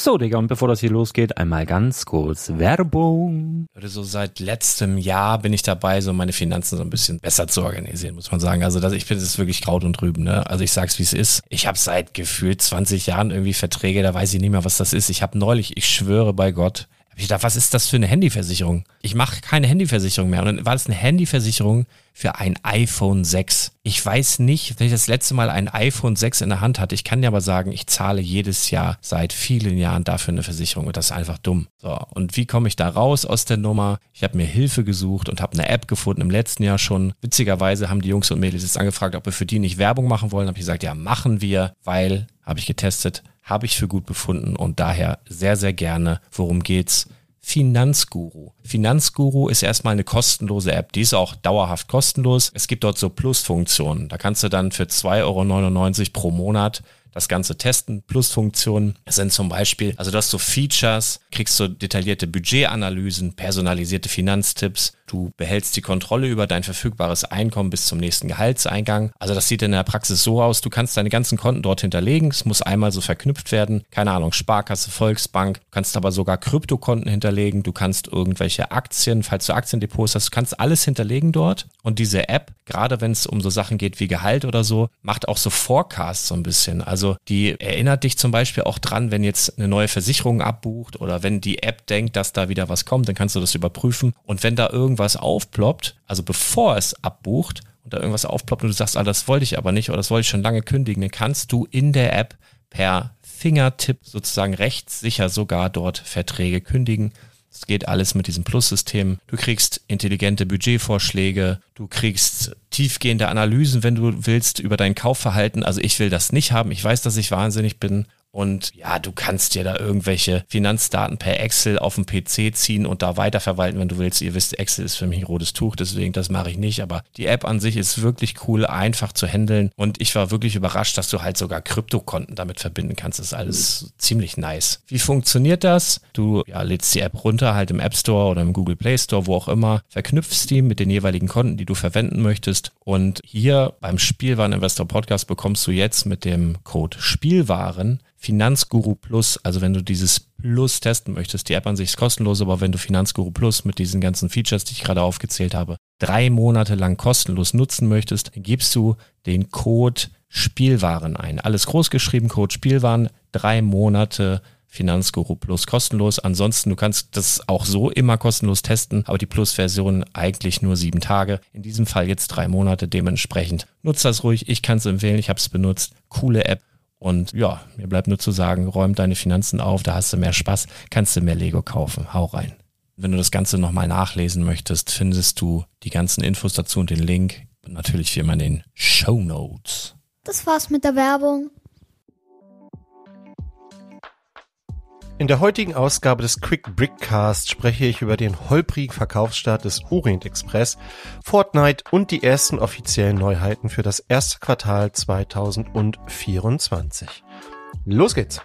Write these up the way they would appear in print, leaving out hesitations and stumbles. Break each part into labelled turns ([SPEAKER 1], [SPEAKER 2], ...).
[SPEAKER 1] So, Digga, und bevor das hier losgeht, einmal ganz kurz Werbung.
[SPEAKER 2] So seit letztem Jahr bin ich dabei, so meine Finanzen so ein bisschen besser zu organisieren, muss man sagen. Also ich finde, das ist wirklich Kraut und Rüben, ne? Also ich sag's, wie es ist. Ich habe seit gefühlt 20 Jahren irgendwie Verträge, da weiß ich nicht mehr, was das ist. Ich habe neulich, ich schwöre bei Gott, ich dachte, was ist das für eine Handyversicherung? Ich mache keine Handyversicherung mehr. Und dann war das eine Handyversicherung für ein iPhone 6. Ich weiß nicht, wenn ich das letzte Mal ein iPhone 6 in der Hand hatte. Ich kann dir aber sagen, ich zahle jedes Jahr seit vielen Jahren dafür eine Versicherung. Und das ist einfach dumm. So, und wie komme ich da raus aus der Nummer? Ich habe mir Hilfe gesucht und habe eine App gefunden im letzten Jahr schon. Witzigerweise haben die Jungs und Mädels jetzt angefragt, ob wir für die nicht Werbung machen wollen. Habe ich gesagt, ja, machen wir, weil, habe ich getestet, habe ich für gut befunden und daher sehr, sehr gerne. Worum geht's? Finanzguru. Finanzguru ist erstmal eine kostenlose App. Die ist auch dauerhaft kostenlos. Es gibt dort so Plusfunktionen. Da kannst du dann für 2,99 € pro Monat das Ganze testen. Plusfunktionen sind zum Beispiel, also du hast so Features, kriegst so detaillierte Budgetanalysen, personalisierte Finanztipps, du behältst die Kontrolle über dein verfügbares Einkommen bis zum nächsten Gehaltseingang. Also das sieht in der Praxis so aus, du kannst deine ganzen Konten dort hinterlegen, es muss einmal so verknüpft werden, keine Ahnung, Sparkasse, Volksbank, du kannst aber sogar Kryptokonten hinterlegen, du kannst irgendwelche Aktien, falls du Aktiendepots hast, du kannst alles hinterlegen dort und diese App, gerade wenn es um so Sachen geht wie Gehalt oder so, macht auch so Forecasts so ein bisschen, also die erinnert dich zum Beispiel auch dran, wenn jetzt eine neue Versicherung abbucht oder wenn die App denkt, dass da wieder was kommt, dann kannst du das überprüfen und wenn da irgendwas aufploppt, also bevor es abbucht und da irgendwas aufploppt und du sagst, das wollte ich aber nicht oder das wollte ich schon lange kündigen, dann kannst du in der App per Fingertipp sozusagen rechtssicher sogar dort Verträge kündigen. Das geht alles mit diesem Plus-System. Du kriegst intelligente Budgetvorschläge, du kriegst tiefgehende Analysen, wenn du willst, über dein Kaufverhalten. Also ich will das nicht haben. Ich weiß, dass ich wahnsinnig bin. Und ja, du kannst dir da irgendwelche Finanzdaten per Excel auf dem PC ziehen und da weiterverwalten, wenn du willst. Ihr wisst, Excel ist für mich ein rotes Tuch, deswegen das mache ich nicht. Aber die App an sich ist wirklich cool, einfach zu handeln. Und ich war wirklich überrascht, dass du halt sogar Kryptokonten damit verbinden kannst. Das ist alles ziemlich nice. Wie funktioniert das? Du lädst die App runter, halt im App Store oder im Google Play Store, wo auch immer, verknüpfst die mit den jeweiligen Konten, die du verwenden möchtest. Und hier beim Spielwareninvestor Podcast bekommst du jetzt mit dem Code Spielwaren Finanzguru Plus, also wenn du dieses Plus testen möchtest, die App an sich ist kostenlos, aber wenn du Finanzguru Plus mit diesen ganzen Features, die ich gerade aufgezählt habe, 3 Monate lang kostenlos nutzen möchtest, dann gibst du den Code Spielwaren ein. Alles groß geschrieben, Code Spielwaren, 3 Monate Finanzguru Plus kostenlos. Ansonsten, du kannst das auch so immer kostenlos testen, aber die Plus-Version eigentlich nur 7 Tage. In diesem Fall jetzt 3 Monate, dementsprechend nutzt das ruhig. Ich kann es empfehlen, ich habe es benutzt. Coole App. Und ja, mir bleibt nur zu sagen, räum deine Finanzen auf, da hast du mehr Spaß, kannst du mehr Lego kaufen. Hau rein. Wenn du das Ganze nochmal nachlesen möchtest, findest du die ganzen Infos dazu und den Link. Und natürlich wie immer in den Shownotes.
[SPEAKER 3] Das war's mit der Werbung.
[SPEAKER 4] In der heutigen Ausgabe des Quick Brickcast spreche ich über den holprigen Verkaufsstart des Orient Express, Fortnite und die ersten offiziellen Neuheiten für das erste Quartal 2024. Los geht's!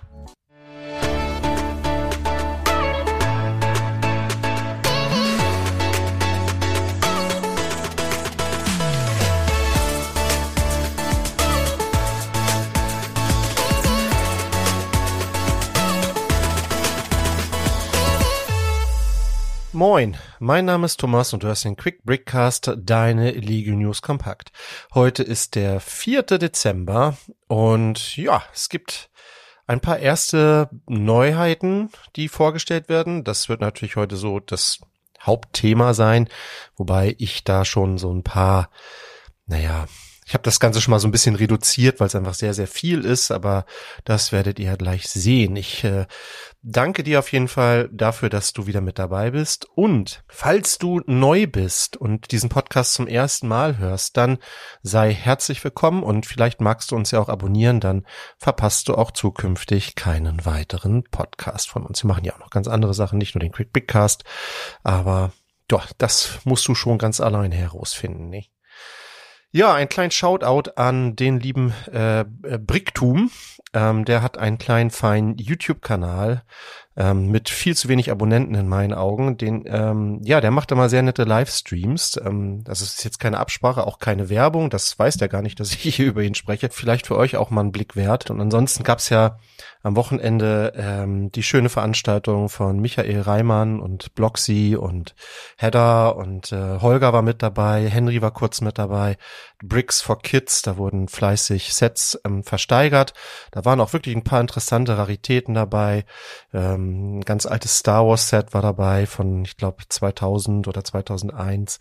[SPEAKER 4] Moin, mein Name ist Thomas und du hörst den Quick Brickcast, deine Legal News kompakt. Heute ist der 4. Dezember und ja, es gibt ein paar erste Neuheiten, die vorgestellt werden. Das wird natürlich heute so das Hauptthema sein, wobei ich da schon so ein paar, ich habe das Ganze schon mal so ein bisschen reduziert, weil es einfach sehr, sehr viel ist, aber das werdet ihr gleich sehen. Ich danke dir auf jeden Fall dafür, dass du wieder mit dabei bist. Und falls du neu bist und diesen Podcast zum ersten Mal hörst, dann sei herzlich willkommen und vielleicht magst du uns ja auch abonnieren, dann verpasst du auch zukünftig keinen weiteren Podcast von uns. Wir machen ja auch noch ganz andere Sachen, nicht nur den Quick Brickcast, aber doch, das musst du schon ganz allein herausfinden, ne? Ja, ein kleinen Shoutout an den lieben Bricktum. Der hat einen kleinen, feinen YouTube-Kanal mit viel zu wenig Abonnenten in meinen Augen. Der macht immer sehr nette Livestreams. Das ist jetzt keine Absprache, auch keine Werbung. Das weiß der gar nicht, dass ich hier über ihn spreche. Vielleicht für euch auch mal einen Blick wert. Und ansonsten gab's ja am Wochenende die schöne Veranstaltung von Michael Reimann und Bloxy und Hedda und Holger war mit dabei, Henry war kurz mit dabei, Bricks for Kids, da wurden fleißig Sets versteigert. Da waren auch wirklich ein paar interessante Raritäten dabei. Ein ganz altes Star Wars Set war dabei von, ich glaube, 2000 oder 2001.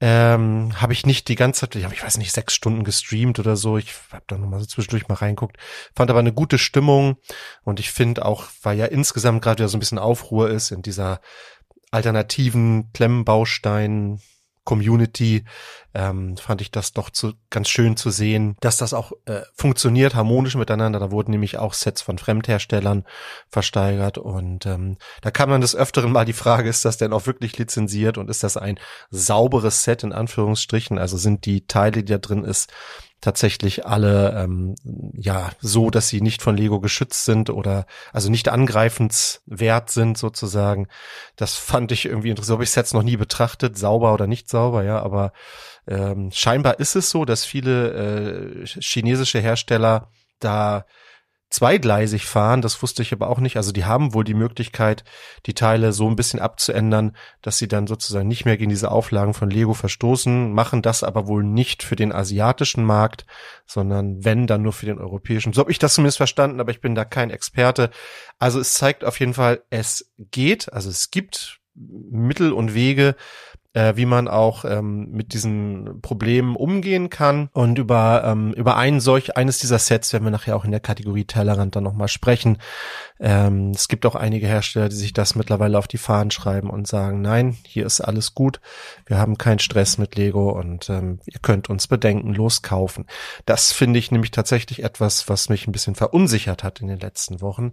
[SPEAKER 4] Habe ich nicht die ganze Zeit, ich weiß nicht, 6 Stunden gestreamt oder so. Ich habe da nochmal so zwischendurch mal reinguckt. Fand aber eine gute Stimmung und ich finde auch, weil ja insgesamt gerade wieder so ein bisschen Aufruhr ist in dieser alternativen Klemmbaustein Community, fand ich das doch ganz schön zu sehen, dass das auch funktioniert, harmonisch miteinander. Da wurden nämlich auch Sets von Fremdherstellern versteigert und da kam dann des Öfteren mal die Frage, ist das denn auch wirklich lizenziert und ist das ein sauberes Set in Anführungsstrichen? Also sind die Teile, die da drin ist, tatsächlich alle so, dass sie nicht von Lego geschützt sind oder also nicht angreifenswert sind sozusagen. Das fand ich irgendwie interessant. Habe ich Sets noch nie betrachtet, sauber oder nicht sauber, ja, aber scheinbar ist es so, dass viele chinesische Hersteller da zweigleisig fahren, das wusste ich aber auch nicht. Also die haben wohl die Möglichkeit, die Teile so ein bisschen abzuändern, dass sie dann sozusagen nicht mehr gegen diese Auflagen von Lego verstoßen, machen das aber wohl nicht für den asiatischen Markt, sondern wenn, dann nur für den europäischen. So habe ich das zumindest verstanden, aber ich bin da kein Experte. Also es zeigt auf jeden Fall, es geht, also es gibt Mittel und Wege, wie man auch mit diesen Problemen umgehen kann. Und über eines dieser Sets werden wir nachher auch in der Kategorie Tellerrand dann nochmal sprechen. Es gibt auch einige Hersteller, die sich das mittlerweile auf die Fahnen schreiben und sagen, nein, hier ist alles gut, wir haben keinen Stress mit Lego und ihr könnt uns bedenkenlos kaufen. Das finde ich nämlich tatsächlich etwas, was mich ein bisschen verunsichert hat in den letzten Wochen.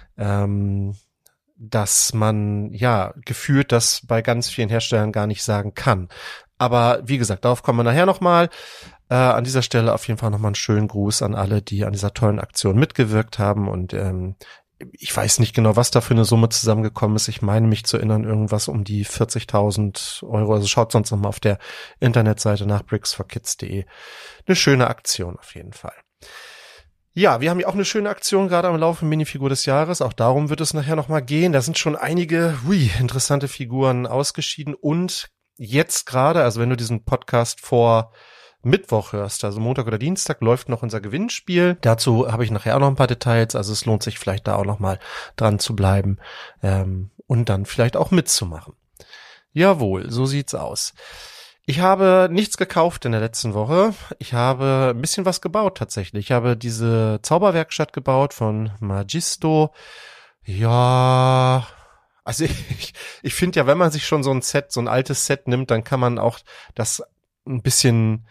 [SPEAKER 4] Dass man gefühlt das bei ganz vielen Herstellern gar nicht sagen kann. Aber wie gesagt, darauf kommen wir nachher nochmal. An dieser Stelle auf jeden Fall nochmal einen schönen Gruß an alle, die an dieser tollen Aktion mitgewirkt haben. Und ich weiß nicht genau, was da für eine Summe zusammengekommen ist. Ich meine mich zu erinnern, irgendwas um die 40.000 Euro. Also schaut sonst nochmal auf der Internetseite nach bricksforkids.de. Eine schöne Aktion auf jeden Fall. Ja, wir haben ja auch eine schöne Aktion gerade am Laufen, Minifigur des Jahres. Auch darum wird es nachher nochmal gehen. Da sind schon einige interessante Figuren ausgeschieden. Und jetzt gerade, also wenn du diesen Podcast vor Mittwoch hörst, also Montag oder Dienstag, läuft noch unser Gewinnspiel. Dazu habe ich nachher auch noch ein paar Details. Also es lohnt sich vielleicht da auch nochmal dran zu bleiben und dann vielleicht auch mitzumachen. Jawohl, so sieht's aus. Ich habe nichts gekauft in der letzten Woche. Ich habe ein bisschen was gebaut tatsächlich. Ich habe diese Zauberwerkstatt gebaut von Magisto. Ja, also ich finde ja, wenn man sich schon so ein altes Set nimmt, dann kann man auch das ein bisschen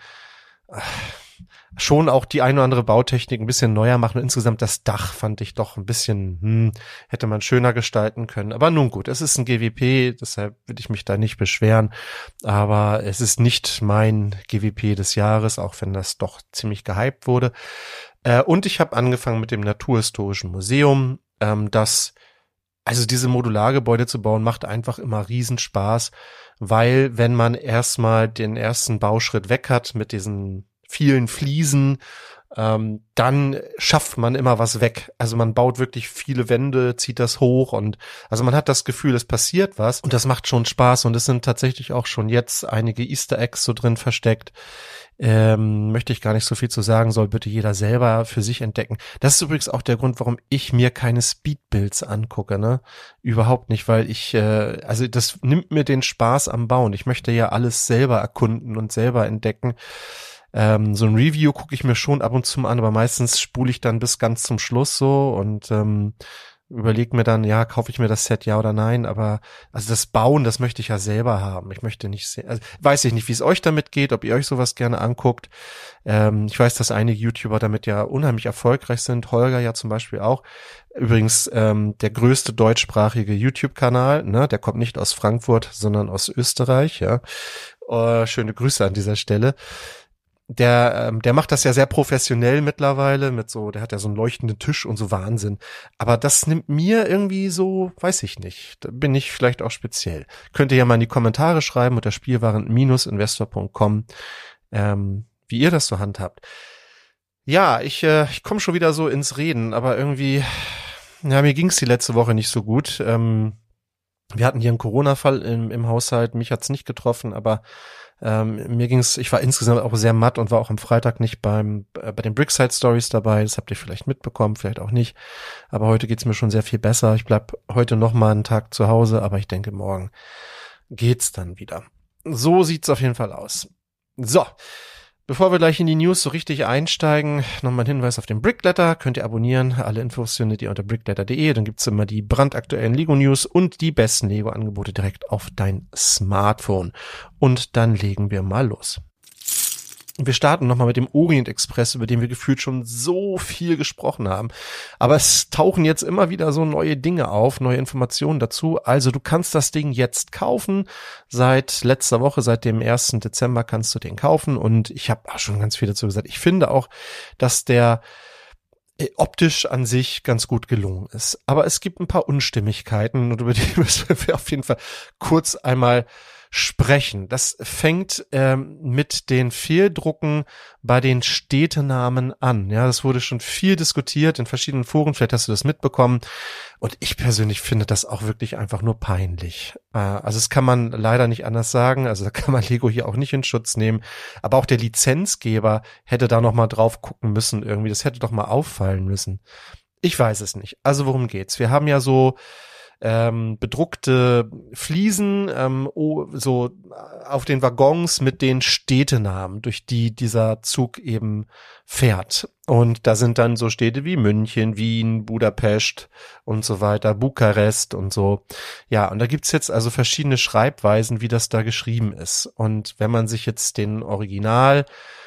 [SPEAKER 4] schon auch die eine oder andere Bautechnik ein bisschen neuer machen. Und insgesamt das Dach fand ich doch ein bisschen, hätte man schöner gestalten können. Aber nun gut, es ist ein GWP, deshalb will ich mich da nicht beschweren. Aber es ist nicht mein GWP des Jahres, auch wenn das doch ziemlich gehypt wurde. Und ich habe angefangen mit dem Naturhistorischen Museum. Also diese Modulargebäude zu bauen, macht einfach immer Riesenspaß, weil wenn man erstmal den ersten Bauschritt weg hat mit diesen vielen Fliesen, dann schafft man immer was weg. Also man baut wirklich viele Wände, zieht das hoch und also man hat das Gefühl, es passiert was und das macht schon Spaß und es sind tatsächlich auch schon jetzt einige Easter Eggs so drin versteckt. Möchte ich gar nicht so viel zu sagen, soll bitte jeder selber für sich entdecken. Das ist übrigens auch der Grund, warum ich mir keine Speedbuilds angucke, ne? Überhaupt nicht, weil also das nimmt mir den Spaß am Bauen. Ich möchte ja alles selber erkunden und selber entdecken. So ein Review gucke ich mir schon ab und zu mal an, aber meistens spule ich dann bis ganz zum Schluss so und überlege mir dann, ja, kaufe ich mir das Set, ja oder nein, aber also das Bauen, das möchte ich ja selber haben. Ich möchte nicht sehen, also weiß ich nicht, wie es euch damit geht, ob ihr euch sowas gerne anguckt. Ich weiß, dass einige YouTuber damit ja unheimlich erfolgreich sind, Holger ja zum Beispiel auch. Übrigens der größte deutschsprachige YouTube-Kanal, ne, der kommt nicht aus Frankfurt, sondern aus Österreich, ja. Schöne Grüße an dieser Stelle. der macht das ja sehr professionell mittlerweile der hat ja so einen leuchtenden Tisch und so Wahnsinn. Aber das nimmt mir irgendwie so, weiß ich nicht. Da bin ich vielleicht auch speziell. Könnt ihr ja mal in die Kommentare schreiben unter spielwaren-investor.com, wie ihr das so handhabt. Ja, ich komme schon wieder so ins Reden, aber irgendwie, ja, mir ging's die letzte Woche nicht so gut. Wir hatten hier einen Corona-Fall im Haushalt, mich hat's nicht getroffen, aber ich war insgesamt auch sehr matt und war auch am Freitag nicht bei den Brickside Stories dabei. Das habt ihr vielleicht mitbekommen, vielleicht auch nicht. Aber heute geht's mir schon sehr viel besser. Ich bleib heute noch mal einen Tag zu Hause, aber ich denke, morgen geht's dann wieder. So sieht's auf jeden Fall aus. So. Bevor wir gleich in die News so richtig einsteigen, nochmal ein Hinweis auf den Brickletter. Könnt ihr abonnieren. Alle Infos findet ihr unter brickletter.de. Dann gibt's immer die brandaktuellen Lego-News und die besten Lego-Angebote direkt auf dein Smartphone. Und dann legen wir mal los. Wir starten nochmal mit dem Orient Express, über den wir gefühlt schon so viel gesprochen haben. Aber es tauchen jetzt immer wieder so neue Dinge auf, neue Informationen dazu. Also du kannst das Ding jetzt kaufen. Seit letzter Woche, seit dem 1. Dezember kannst du den kaufen. Und ich habe auch schon ganz viel dazu gesagt. Ich finde auch, dass der optisch an sich ganz gut gelungen ist. Aber es gibt ein paar Unstimmigkeiten und über die müssen wir auf jeden Fall kurz einmal sprechen. Das fängt mit den Fehldrucken bei den Städtenamen an. Ja, das wurde schon viel diskutiert in verschiedenen Foren. Vielleicht hast du das mitbekommen. Und ich persönlich finde das auch wirklich einfach nur peinlich. Also das kann man leider nicht anders sagen. Also da kann man Lego hier auch nicht in Schutz nehmen. Aber auch der Lizenzgeber hätte da noch mal drauf gucken müssen irgendwie. Das hätte doch mal auffallen müssen. Ich weiß es nicht. Also worum geht's? Wir haben ja so bedruckte Fliesen so auf den Waggons mit den Städtenamen, durch die dieser Zug eben fährt. Und da sind dann so Städte wie München, Wien, Budapest und so weiter, Bukarest und so. Ja, und da gibt's jetzt also verschiedene Schreibweisen, wie das da geschrieben ist. Und wenn man sich jetzt den Original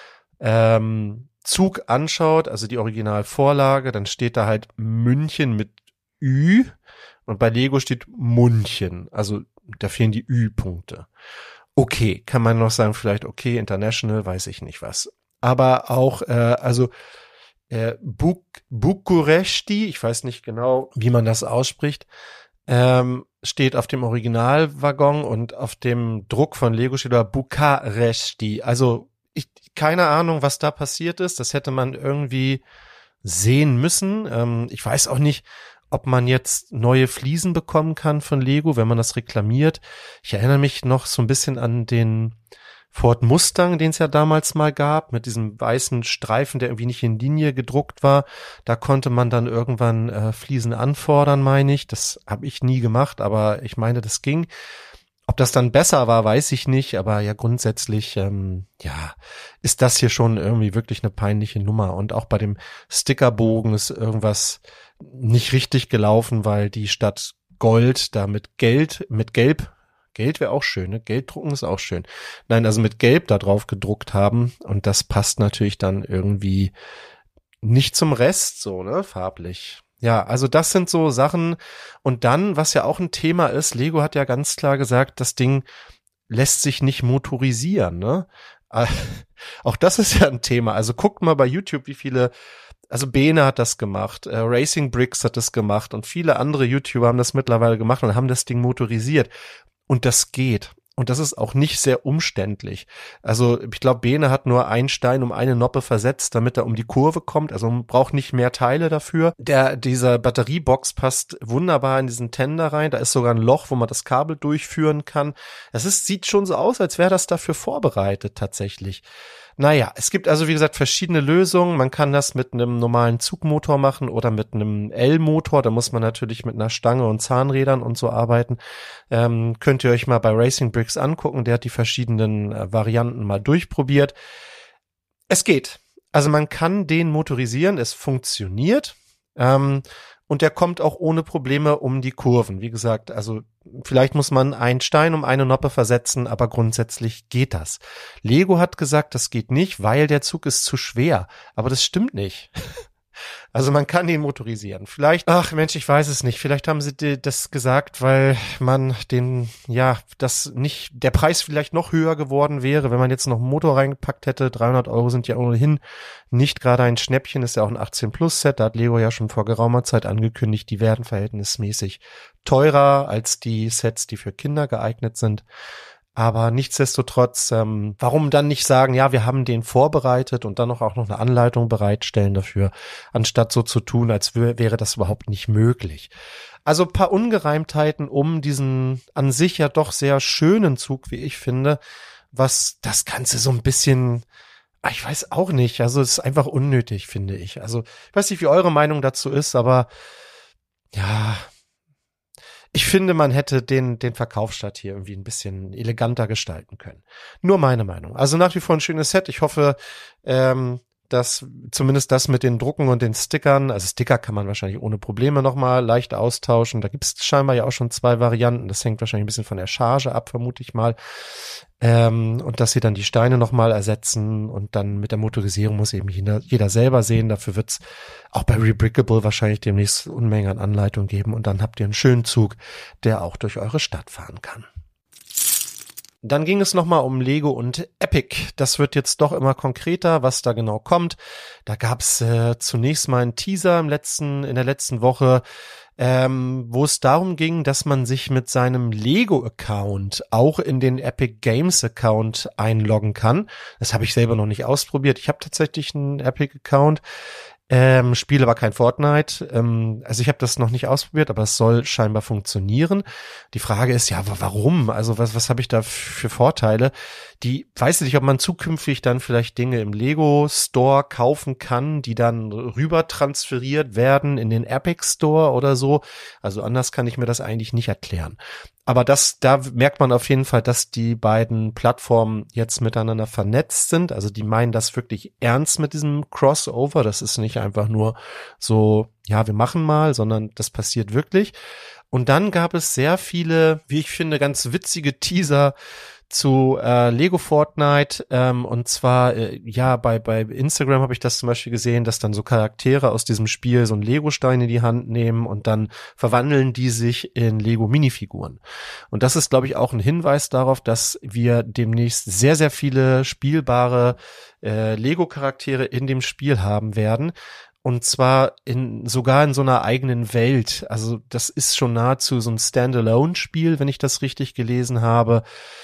[SPEAKER 4] Zug anschaut, also die Originalvorlage, dann steht da halt München mit Ü. Und bei Lego steht München, also da fehlen die Ü-Punkte. Okay, kann man noch sagen, vielleicht okay, International, weiß ich nicht was. Aber auch, Bukuresti, ich weiß nicht genau, wie man das ausspricht, steht auf dem Originalwaggon und auf dem Druck von Lego steht da Bukaresti. Also keine Ahnung, was da passiert ist. Das hätte man irgendwie sehen müssen. Ich weiß auch nicht, ob man jetzt neue Fliesen bekommen kann von Lego, wenn man das reklamiert. Ich erinnere mich noch so ein bisschen an den Ford Mustang, den es ja damals mal gab, mit diesem weißen Streifen, der irgendwie nicht in Linie gedruckt war. Da konnte man dann irgendwann Fliesen anfordern, meine ich. Das habe ich nie gemacht, aber ich meine, das ging. Ob das dann besser war, weiß ich nicht, aber ja grundsätzlich, ist das hier schon irgendwie wirklich eine peinliche Nummer. Und auch bei dem Stickerbogen ist irgendwas nicht richtig gelaufen, weil die statt Gold da mit Gelb wäre auch schön, ne? Geld drucken ist auch schön. Nein, also mit Gelb da drauf gedruckt haben und das passt natürlich dann irgendwie nicht zum Rest so, ne, farblich. Ja, also das sind so Sachen. Und dann, was ja auch ein Thema ist, Lego hat ja ganz klar gesagt, das Ding lässt sich nicht motorisieren, ne? Auch das ist ja ein Thema. Also guckt mal bei YouTube, wie viele, also Bene hat das gemacht, Racing Bricks hat das gemacht und viele andere YouTuber haben das mittlerweile gemacht und haben das Ding motorisiert. Und das geht. Und das ist auch nicht sehr umständlich. Also ich glaube, Bene hat nur einen Stein um eine Noppe versetzt, damit er um die Kurve kommt. Also man braucht nicht mehr Teile dafür. Dieser Batteriebox passt wunderbar in diesen Tender rein. Da ist sogar ein Loch, wo man das Kabel durchführen kann. Sieht schon so aus, als wäre das dafür vorbereitet tatsächlich. Naja, es gibt also wie gesagt verschiedene Lösungen. Man kann das mit einem normalen Zugmotor machen oder mit einem L-Motor. Da muss man natürlich mit einer Stange und Zahnrädern und so arbeiten. Könnt ihr euch mal bei Racing Bricks angucken. Der hat die verschiedenen Varianten mal durchprobiert. Es geht. Also man kann den motorisieren. Es funktioniert. Und der kommt auch ohne Probleme um die Kurven. Wie gesagt, also vielleicht muss man einen Stein um eine Noppe versetzen, aber grundsätzlich geht das. Lego hat gesagt, das geht nicht, weil der Zug ist zu schwer. Aber das stimmt nicht. Also man kann ihn motorisieren. Vielleicht, ach Mensch, ich weiß es nicht. Vielleicht haben sie das gesagt, weil man der Preis vielleicht noch höher geworden wäre, wenn man jetzt noch einen Motor reingepackt hätte. 300 € sind ja ohnehin nicht gerade ein Schnäppchen, ist ja auch ein 18-Plus-Set. Da hat Lego ja schon vor geraumer Zeit angekündigt, die werden verhältnismäßig teurer als die Sets, die für Kinder geeignet sind. Aber nichtsdestotrotz, warum dann nicht sagen, ja, wir haben den vorbereitet und dann auch noch eine Anleitung bereitstellen dafür, anstatt so zu tun, als wäre das überhaupt nicht möglich. Also ein paar Ungereimtheiten um diesen an sich ja doch sehr schönen Zug, wie ich finde, was das Ganze so ein bisschen, ich weiß auch nicht, also es ist einfach unnötig, finde ich. Also ich weiß nicht, wie eure Meinung dazu ist, aber ja, ich finde, man hätte den Verkaufsstart hier irgendwie ein bisschen eleganter gestalten können. Nur meine Meinung. Also nach wie vor ein schönes Set. Ich hoffe, dass zumindest das mit den Drucken und den Stickern, also Sticker kann man wahrscheinlich ohne Probleme nochmal leicht austauschen. Da gibt es scheinbar ja auch schon 2 Varianten. Das hängt wahrscheinlich ein bisschen von der Charge ab, vermute ich mal. Und dass sie dann die Steine nochmal ersetzen und dann mit der Motorisierung muss eben jeder selber sehen. Dafür wird's auch bei Rebrickable wahrscheinlich demnächst Unmengen an Anleitung geben und dann habt ihr einen schönen Zug, der auch durch eure Stadt fahren kann. Dann ging es nochmal um Lego und Epic. Das wird jetzt doch immer konkreter, was da genau kommt. Da gab's zunächst mal einen Teaser in der letzten Woche, wo es darum ging, dass man sich mit seinem Lego-Account auch in den Epic Games-Account einloggen kann. Das habe ich selber noch nicht ausprobiert. Ich habe tatsächlich einen Epic-Account. Spiele aber kein Fortnite. Also ich habe das noch nicht ausprobiert, aber es soll scheinbar funktionieren. Die Frage ist ja, warum? Also was habe ich da für Vorteile? Weiß ich nicht, ob man zukünftig dann vielleicht Dinge im Lego Store kaufen kann, die dann rüber transferiert werden in den Epic Store oder so. Also anders kann ich mir das eigentlich nicht erklären. Aber da merkt man auf jeden Fall, dass die beiden Plattformen jetzt miteinander vernetzt sind. Also die meinen das wirklich ernst mit diesem Crossover. Das ist nicht einfach nur so, ja, wir machen mal, sondern das passiert wirklich. Und dann gab es sehr viele, wie ich finde, ganz witzige Teaser zu Lego Fortnite, und zwar bei Instagram habe ich das zum Beispiel gesehen, dass dann so Charaktere aus diesem Spiel so einen Lego-Stein in die Hand nehmen und dann verwandeln die sich in Lego-Minifiguren. Und das ist, glaube ich, auch ein Hinweis darauf, dass wir demnächst sehr, sehr viele spielbare Lego-Charaktere in dem Spiel haben werden. Und zwar sogar in so einer eigenen Welt. Also das ist schon nahezu so ein Standalone-Spiel, wenn ich das richtig gelesen habe.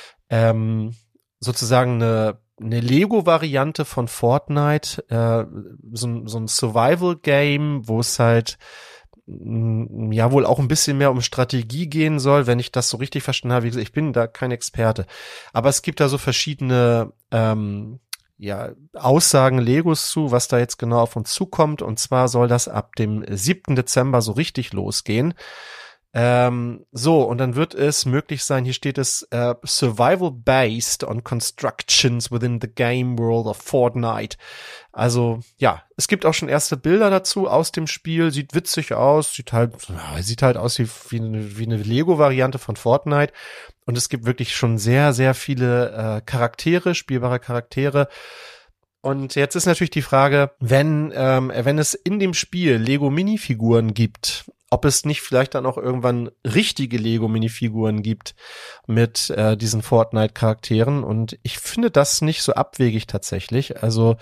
[SPEAKER 4] Sozusagen eine Lego-Variante von Fortnite, so ein Survival-Game, wo es halt wohl auch ein bisschen mehr um Strategie gehen soll, wenn ich das so richtig verstanden habe. Wie gesagt, ich bin da kein Experte. Aber es gibt da so verschiedene Aussagen Legos zu, was da jetzt genau auf uns zukommt. Und zwar soll das ab dem 7. Dezember so richtig losgehen. Und dann wird es möglich sein, hier steht es, survival based on constructions within the game world of Fortnite. Also, ja, es gibt auch schon erste Bilder dazu aus dem Spiel, sieht witzig aus, sieht halt aus wie eine Lego-Variante von Fortnite. Und es gibt wirklich schon sehr, sehr viele spielbare Charaktere. Und jetzt ist natürlich die Frage, wenn es in dem Spiel Lego-Minifiguren gibt, ob es nicht vielleicht dann auch irgendwann richtige Lego-Minifiguren gibt mit diesen Fortnite-Charakteren. Und ich finde das nicht so abwegig tatsächlich. Also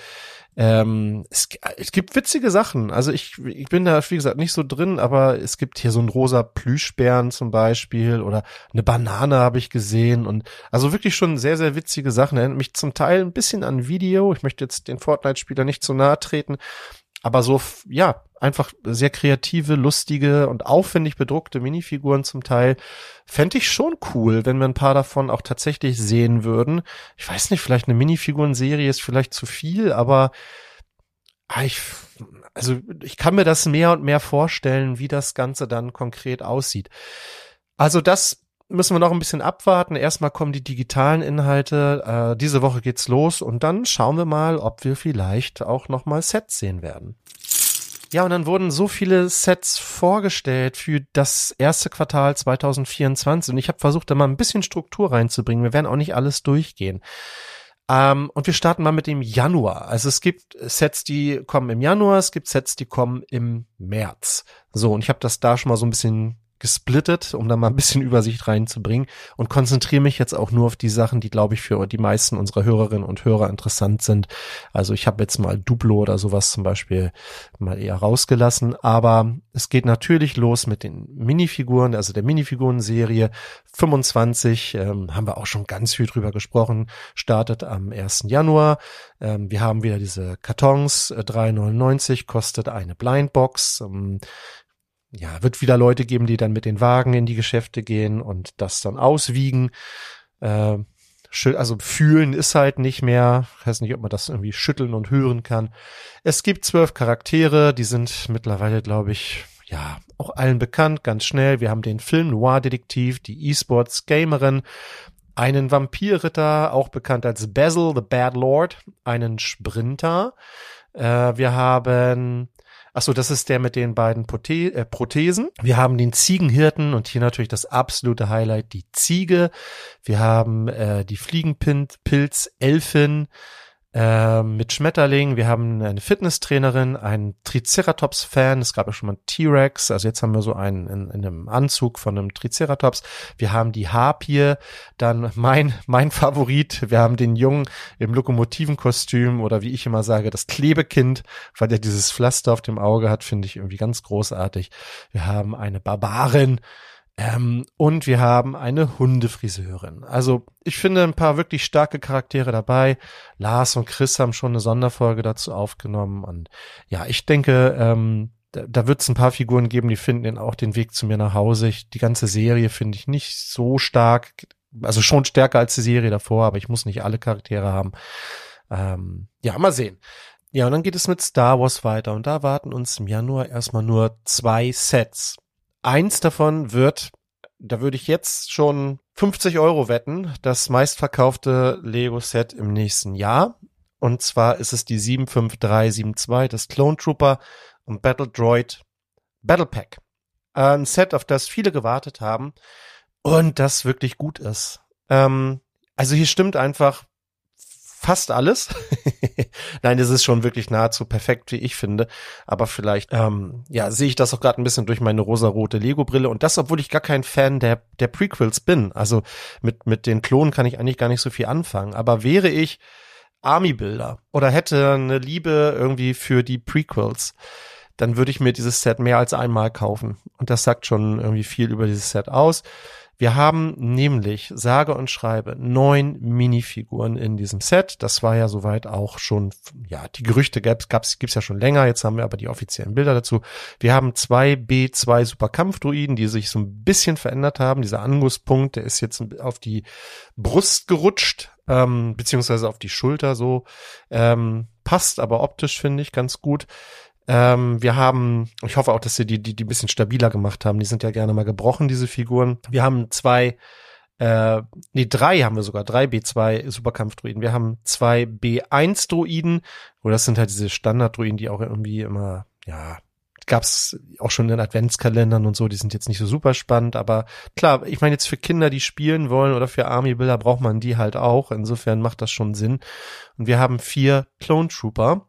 [SPEAKER 4] es gibt witzige Sachen. Also ich bin da, wie gesagt, nicht so drin, aber es gibt hier so einen rosa Plüschbären zum Beispiel oder eine Banane habe ich gesehen. Und also wirklich schon sehr, sehr witzige Sachen. Erinnert mich zum Teil ein bisschen an Video. Ich möchte jetzt den Fortnite-Spieler nicht zu nahe treten. Aber so, ja, einfach sehr kreative, lustige und aufwendig bedruckte Minifiguren zum Teil fände ich schon cool, wenn wir ein paar davon auch tatsächlich sehen würden. Ich weiß nicht, vielleicht eine Minifigurenserie ist vielleicht zu viel, aber ich kann mir das mehr und mehr vorstellen, wie das Ganze dann konkret aussieht. Also das müssen wir noch ein bisschen abwarten. Erstmal kommen die digitalen Inhalte. Diese Woche geht's los und dann schauen wir mal, ob wir vielleicht auch noch mal Sets sehen werden. Ja, und dann wurden so viele Sets vorgestellt für das erste Quartal 2024 und ich habe versucht, da mal ein bisschen Struktur reinzubringen. Wir werden auch nicht alles durchgehen. Und wir starten mal mit dem Januar. Also es gibt Sets, die kommen im Januar, es gibt Sets, die kommen im März. So, und ich habe das da schon mal so ein bisschen gesplittet, um da mal ein bisschen Übersicht reinzubringen und konzentriere mich jetzt auch nur auf die Sachen, die, glaube ich, für die meisten unserer Hörerinnen und Hörer interessant sind. Also ich habe jetzt mal Duplo oder sowas zum Beispiel mal eher rausgelassen, aber es geht natürlich los mit den Minifiguren, also der Minifiguren-Serie 25, haben wir auch schon ganz viel drüber gesprochen, startet am 1. Januar. Wir haben wieder diese Kartons, 3,99, kostet eine Blindbox. Ja, wird wieder Leute geben, die dann mit den Wagen in die Geschäfte gehen und das dann auswiegen. Also fühlen ist halt nicht mehr. Ich weiß nicht, ob man das irgendwie schütteln und hören kann. Es gibt 12 Charaktere, die sind mittlerweile, glaube ich, ja, auch allen bekannt, ganz schnell. Wir haben den Film Noir-Detektiv, die E-Sports-Gamerin, einen Vampirritter, auch bekannt als Basil the Bad Lord, einen Sprinter. Wir haben das ist der mit den beiden Prothesen. Wir haben den Ziegenhirten und hier natürlich das absolute Highlight, die Ziege. Wir haben die Fliegenpilz-Elfin mit Schmetterling. Wir haben eine Fitnesstrainerin, einen Triceratops-Fan. Es gab ja schon mal einen T-Rex. Also jetzt haben wir so einen in einem Anzug von einem Triceratops. Wir haben die Harpie. Dann mein Favorit. Wir haben den Jungen im Lokomotivenkostüm oder wie ich immer sage, das Klebekind, weil der dieses Pflaster auf dem Auge hat, finde ich irgendwie ganz großartig. Wir haben eine Barbarin. Und wir haben eine Hundefriseurin. Also ich finde ein paar wirklich starke Charaktere dabei. Lars und Chris haben schon eine Sonderfolge dazu aufgenommen. Und ja, ich denke, da wird es ein paar Figuren geben, die finden auch den Weg zu mir nach Hause. Die ganze Serie finde ich nicht so stark. Also schon stärker als die Serie davor, aber ich muss nicht alle Charaktere haben. Ja, mal sehen. Ja, und dann geht es mit Star Wars weiter. Und da warten uns im Januar erstmal nur 2 Sets. Eins davon wird, da würde ich jetzt schon 50 € wetten, das meistverkaufte Lego-Set im nächsten Jahr. Und zwar ist es die 75372, das Clone Trooper und Battle Droid Battle Pack. Ein Set, auf das viele gewartet haben und das wirklich gut ist. Also hier stimmt einfach fast alles. Nein, es ist schon wirklich nahezu perfekt, wie ich finde. Aber vielleicht, sehe ich das auch gerade ein bisschen durch meine rosarote Lego-Brille. Und das, obwohl ich gar kein Fan der Prequels bin. Also mit den Klonen kann ich eigentlich gar nicht so viel anfangen. Aber wäre ich Army-Builder oder hätte eine Liebe irgendwie für die Prequels, dann würde ich mir dieses Set mehr als einmal kaufen. Und das sagt schon irgendwie viel über dieses Set aus. Wir haben nämlich, sage und schreibe, 9 Minifiguren in diesem Set. Das war ja soweit auch schon, ja, die Gerüchte gibt's ja schon länger. Jetzt haben wir aber die offiziellen Bilder dazu. Wir haben 2 B2 Superkampfdruiden, die sich so ein bisschen verändert haben. Dieser Angusspunkt, der ist jetzt auf die Brust gerutscht, beziehungsweise auf die Schulter so. Passt aber optisch, finde ich, ganz gut. Wir haben, ich hoffe auch, dass sie die ein bisschen stabiler gemacht haben. Die sind ja gerne mal gebrochen, diese Figuren. Wir haben 3 haben wir sogar, 3 B2 Superkampfdruiden. Wir haben 2 B1 Droiden, das sind halt diese Standarddruiden, die auch irgendwie immer, ja, gab's auch schon in Adventskalendern und so, die sind jetzt nicht so super spannend, aber klar, ich meine jetzt für Kinder, die spielen wollen oder für Army-Builder braucht man die halt auch. Insofern macht das schon Sinn. Und wir haben 4 Clone Trooper.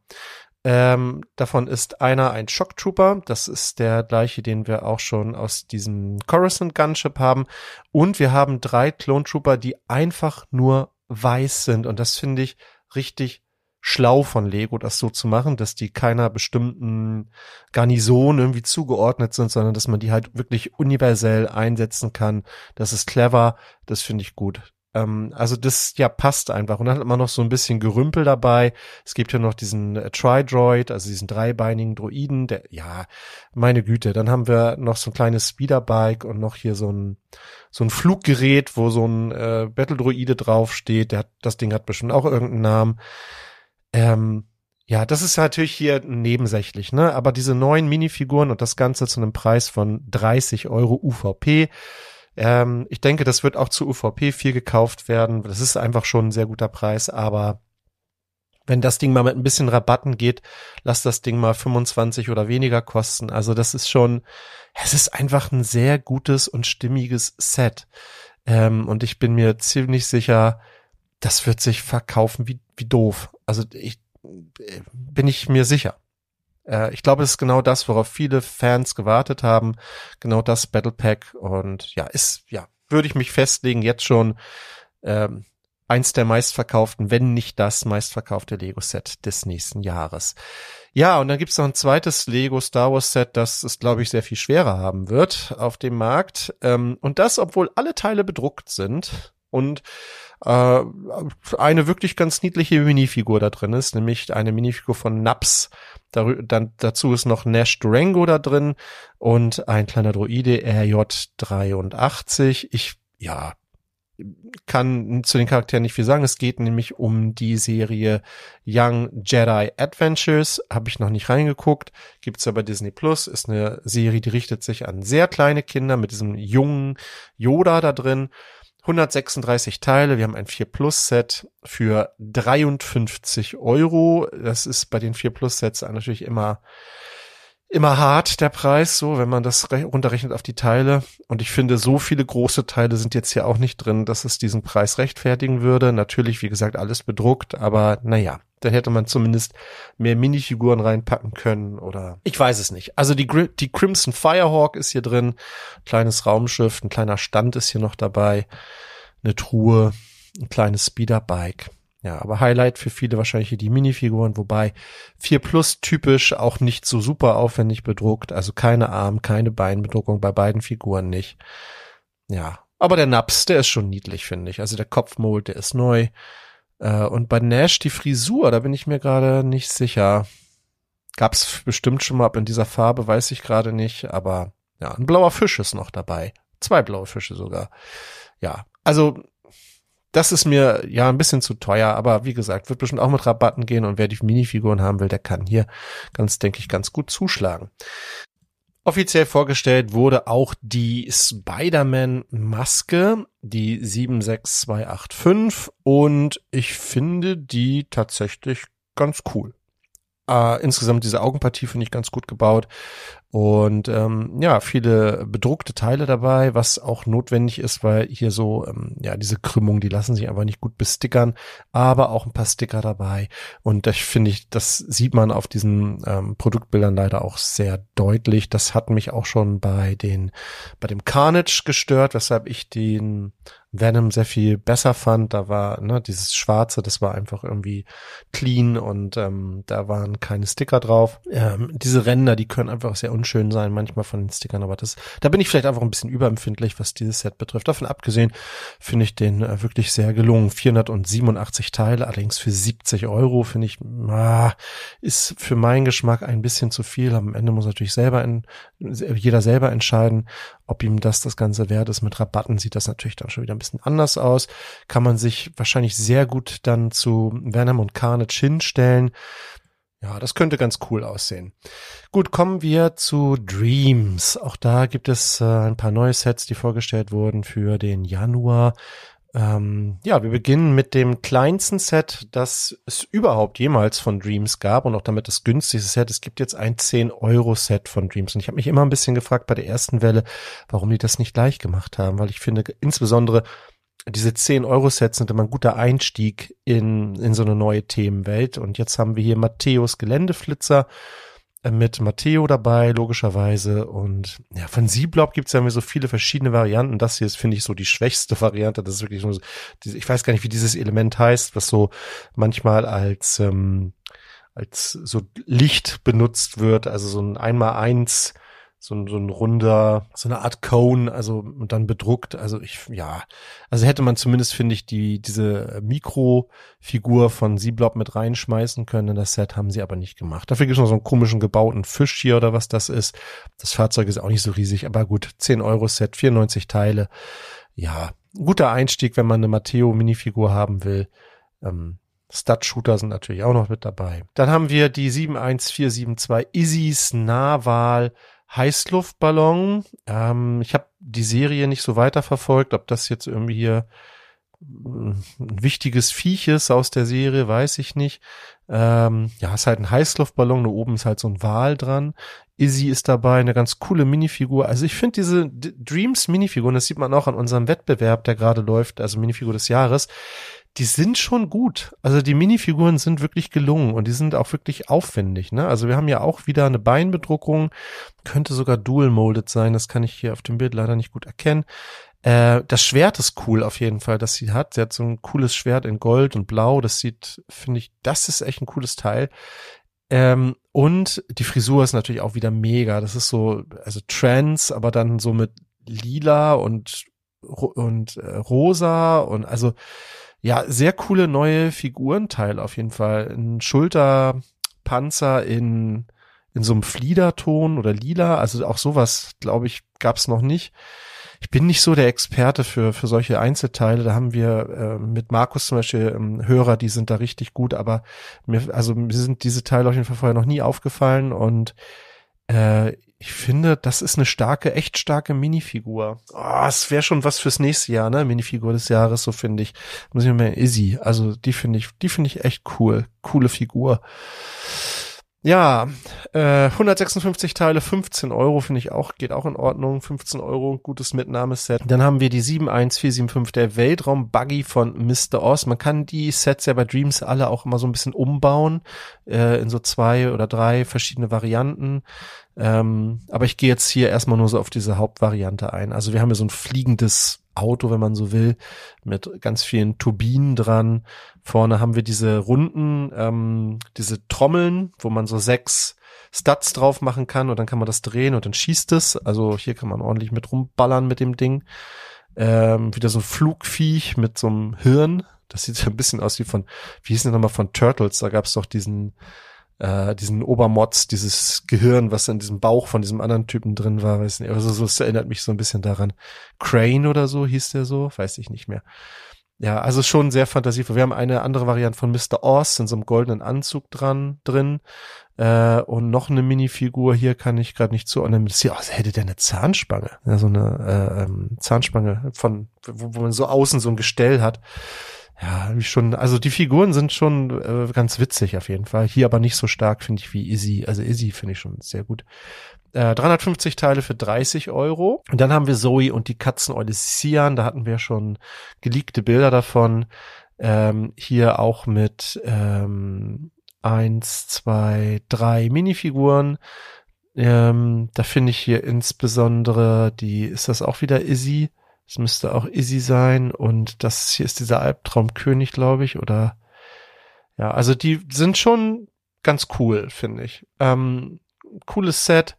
[SPEAKER 4] Davon ist einer ein Shock Trooper, das ist der gleiche, den wir auch schon aus diesem Coruscant Gunship haben, und wir haben 3 Clone Trooper, die einfach nur weiß sind, und das finde ich richtig schlau von Lego, das so zu machen, dass die keiner bestimmten Garnison irgendwie zugeordnet sind, sondern dass man die halt wirklich universell einsetzen kann. Das ist clever, das finde ich gut. Also das, ja, passt einfach. Und dann hat man noch so ein bisschen Gerümpel dabei. Es gibt ja noch diesen Tri-Droid, also diesen dreibeinigen Droiden, der, ja, meine Güte. Dann haben wir noch so ein kleines Speederbike und noch hier so ein Fluggerät, wo so ein Battle-Droide draufsteht. Das Ding hat bestimmt auch irgendeinen Namen. Ja, das ist natürlich hier nebensächlich, ne? Aber diese 9 Minifiguren und das Ganze zu einem Preis von 30 € UVP. Ich denke, das wird auch zu UVP viel gekauft werden. Das ist einfach schon ein sehr guter Preis, aber wenn das Ding mal mit ein bisschen Rabatten geht, lass das Ding mal 25 oder weniger kosten. Also das ist schon, es ist einfach ein sehr gutes und stimmiges Set. Und ich bin mir ziemlich sicher, das wird sich verkaufen wie doof. Also bin ich mir sicher. Ich glaube, es ist genau das, worauf viele Fans gewartet haben. Genau das Battle Pack. Und würde ich mich festlegen, jetzt schon eins der meistverkauften, wenn nicht das meistverkaufte Lego-Set des nächsten Jahres. Ja, und dann gibt's noch ein zweites Lego Star Wars Set, das es, glaube ich, sehr viel schwerer haben wird auf dem Markt. Und das, obwohl alle Teile bedruckt sind und eine wirklich ganz niedliche Minifigur da drin ist, nämlich eine Minifigur von Naps. Dazu ist noch Nash Durango da drin und ein kleiner Droide RJ83. Ich kann zu den Charakteren nicht viel sagen. Es geht nämlich um die Serie Young Jedi Adventures. Habe ich noch nicht reingeguckt. Gibt's ja bei Disney Plus. Ist eine Serie, die richtet sich an sehr kleine Kinder mit diesem jungen Yoda da drin. 136 Teile. Wir haben ein 4-Plus-Set für 53 €. Das ist bei den 4-Plus-Sets natürlich immer hart, der Preis, so, wenn man das runterrechnet auf die Teile. Und ich finde, so viele große Teile sind jetzt hier auch nicht drin, dass es diesen Preis rechtfertigen würde. Natürlich, wie gesagt, alles bedruckt, aber naja, dann hätte man zumindest mehr Minifiguren reinpacken können oder ich weiß es nicht. Also die Crimson Firehawk ist hier drin, kleines Raumschiff, ein kleiner Stand ist hier noch dabei, eine Truhe, ein kleines Speederbike. Ja, aber Highlight für viele wahrscheinlich hier die Minifiguren, wobei 4+ typisch auch nicht so super aufwendig bedruckt, also keine Arm-, keine Beinbedruckung bei beiden Figuren nicht. Ja, aber der Naps, der ist schon niedlich, finde ich. Also der Kopfmold, der ist neu. Und bei Nash die Frisur, da bin ich mir gerade nicht sicher. Gab's bestimmt schon mal, ab in dieser Farbe, weiß ich gerade nicht, aber ja, ein blauer Fisch ist noch dabei. 2 blaue Fische sogar. Ja, also das ist mir ja ein bisschen zu teuer, aber wie gesagt, wird bestimmt auch mit Rabatten gehen und wer die Minifiguren haben will, der kann hier denke ich, ganz gut zuschlagen. Offiziell vorgestellt wurde auch die Spider-Man-Maske, die 76285 und ich finde die tatsächlich ganz cool. Insgesamt diese Augenpartie finde ich ganz gut gebaut und viele bedruckte Teile dabei, was auch notwendig ist, weil hier so diese Krümmungen, die lassen sich einfach nicht gut bestickern, aber auch ein paar Sticker dabei und das finde ich, das sieht man auf diesen Produktbildern leider auch sehr deutlich. Das hat mich auch schon bei dem Carnage gestört, weshalb ich den Venom sehr viel besser fand. Da war dieses Schwarze, das war einfach irgendwie clean und da waren keine Sticker drauf. Diese Ränder, die können einfach sehr unschön sein manchmal von den Stickern, aber da bin ich vielleicht einfach ein bisschen überempfindlich, was dieses Set betrifft. Davon abgesehen finde ich den wirklich sehr gelungen. 487 Teile, allerdings für 70 €, finde ich, ist für meinen Geschmack ein bisschen zu viel. Am Ende muss natürlich jeder selber entscheiden, ob ihm das Ganze wert ist. Mit Rabatten sieht das natürlich dann schon wieder ein bisschen anders aus. Kann man sich wahrscheinlich sehr gut dann zu Venom und Carnage hinstellen. Ja, das könnte ganz cool aussehen. Gut, kommen wir zu Dreams. Auch da gibt es ein paar neue Sets, die vorgestellt wurden für den Januar. Wir beginnen mit dem kleinsten Set, das es überhaupt jemals von Dreams gab und auch damit das günstigste Set. Es gibt jetzt ein 10-€ Set von Dreams und ich habe mich immer ein bisschen gefragt bei der ersten Welle, warum die das nicht gleich gemacht haben, weil ich finde insbesondere diese 10-€-Sets sind immer ein guter Einstieg in so eine neue Themenwelt und jetzt haben wir hier Matteos Geländeflitzer mit Matteo dabei, logischerweise. Und ja, von Seablob gibt's ja so viele verschiedene Varianten. Das hier ist, finde ich, so die schwächste Variante. Das ist wirklich so, ich weiß gar nicht, wie dieses Element heißt, was so manchmal als so Licht benutzt wird. Also so ein 1x1, so ein runder, so eine Art Cone, also und dann bedruckt. Also hätte man zumindest, finde ich, diese Mikrofigur von Seablob mit reinschmeißen können in das Set, haben sie aber nicht gemacht. Dafür gibt es noch so einen komischen gebauten Fisch hier oder was das ist. Das Fahrzeug ist auch nicht so riesig, aber gut, 10-€ Set, 94 Teile. Ja, guter Einstieg, wenn man eine Matteo-Minifigur haben will. Stud-Shooter sind natürlich auch noch mit dabei. Dann haben wir die 71472 Isis Narwal Heißluftballon. Ich habe die Serie nicht so weiterverfolgt, ob das jetzt irgendwie hier ein wichtiges Viech ist aus der Serie, weiß ich nicht. Ist halt ein Heißluftballon, da oben ist halt so ein Wal dran. Izzy ist dabei, eine ganz coole Minifigur. Also ich finde diese Dreams Minifiguren, das sieht man auch an unserem Wettbewerb, der gerade läuft, also Minifigur des Jahres, die sind schon gut. Also die Minifiguren sind wirklich gelungen und die sind auch wirklich aufwendig, ne? Also wir haben ja auch wieder eine Beinbedruckung, könnte sogar dual-molded sein, das kann ich hier auf dem Bild leider nicht gut erkennen. Das Schwert ist cool auf jeden Fall, das sie hat. Sie hat so ein cooles Schwert in Gold und Blau, das sieht, finde ich, das ist echt ein cooles Teil. Und die Frisur ist natürlich auch wieder mega. Das ist so, also Trans, aber dann so mit Lila und rosa und also ja, sehr coole neue Figurenteile auf jeden Fall. Ein Schulterpanzer in so einem Fliederton oder lila, also auch sowas, glaube ich, gab's noch nicht. Ich bin nicht so der Experte für solche Einzelteile. Da haben wir mit Markus zum Beispiel Hörer, die sind da richtig gut, aber mir sind diese Teile auf jeden Fall vorher noch nie aufgefallen und ich finde, das ist eine echt starke Minifigur. Es wäre schon was fürs nächste Jahr, ne? Minifigur des Jahres, so finde ich. Muss ich mal Izzy. Also die finde ich echt cool. Coole Figur. Ja, 156 Teile, 15 Euro finde ich auch, geht auch in Ordnung. 15 Euro, gutes Mitnahmeset. Dann haben wir die 71475, der Weltraum-Buggy von Mr. Oz. Man kann die Sets ja bei Dreams alle auch immer so ein bisschen umbauen, in so 2 oder 3 verschiedene Varianten. Aber ich gehe jetzt hier erstmal nur so auf diese Hauptvariante ein. Also wir haben hier so ein fliegendes Auto, wenn man so will, mit ganz vielen Turbinen dran. Vorne haben wir diese runden, diese Trommeln, wo man so 6 Studs drauf machen kann und dann kann man das drehen und dann schießt es. Also hier kann man ordentlich mit rumballern mit dem Ding. Wieder so ein Flugviech mit so einem Hirn. Das sieht so ein bisschen aus wie wie hieß denn nochmal von Turtles? Da gab's doch diesen Obermods, dieses Gehirn, was in diesem Bauch von diesem anderen Typen drin war, weiß nicht, also das erinnert mich so ein bisschen daran. Crane oder so hieß der so, weiß ich nicht mehr. Ja, also schon sehr fantasievoll. Wir haben eine andere Variante von Mr. Oz in so einem goldenen Anzug drin und noch eine Minifigur, hier kann ich gerade nicht zuordnen. Das hier, hätte der eine Zahnspange, ja, so eine Zahnspange wo man so außen so ein Gestell hat. Ja, also die Figuren sind schon ganz witzig auf jeden Fall. Hier aber nicht so stark, finde ich, wie Izzy. Also Izzy finde ich schon sehr gut. 350 Teile für 30 Euro. Und dann haben wir Zoe und die Katzeneule Sian. Da hatten wir schon geleakte Bilder davon. Hier auch mit 1, 2, 3 Minifiguren. Da finde ich hier insbesondere ist das auch wieder Izzy? Es müsste auch Izzy sein und das hier ist dieser Albtraumkönig, glaube ich, oder ja, also die sind schon ganz cool, finde ich. Cooles Set,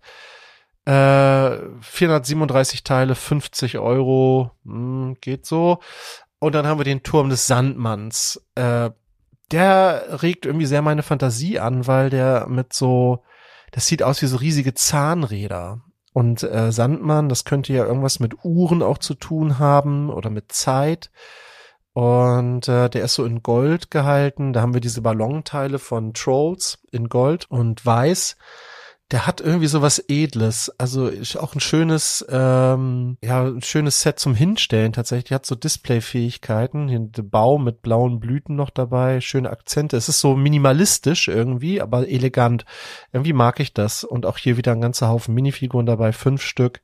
[SPEAKER 4] 437 Teile, 50 Euro, geht so. Und dann haben wir den Turm des Sandmanns. Der regt irgendwie sehr meine Fantasie an, weil der das sieht aus wie so riesige Zahnräder. Und Sandmann, das könnte ja irgendwas mit Uhren auch zu tun haben oder mit Zeit. Und der ist so in Gold gehalten. Da haben wir diese Ballonteile von Trolls in Gold und Weiß. Der hat irgendwie so was Edles. Also ist auch ein schönes Set zum Hinstellen tatsächlich. Der hat so Displayfähigkeiten. Hier der Baum mit blauen Blüten noch dabei. Schöne Akzente. Es ist so minimalistisch irgendwie, aber elegant. Irgendwie mag ich das. Und auch hier wieder ein ganzer Haufen Minifiguren dabei. 5 Stück.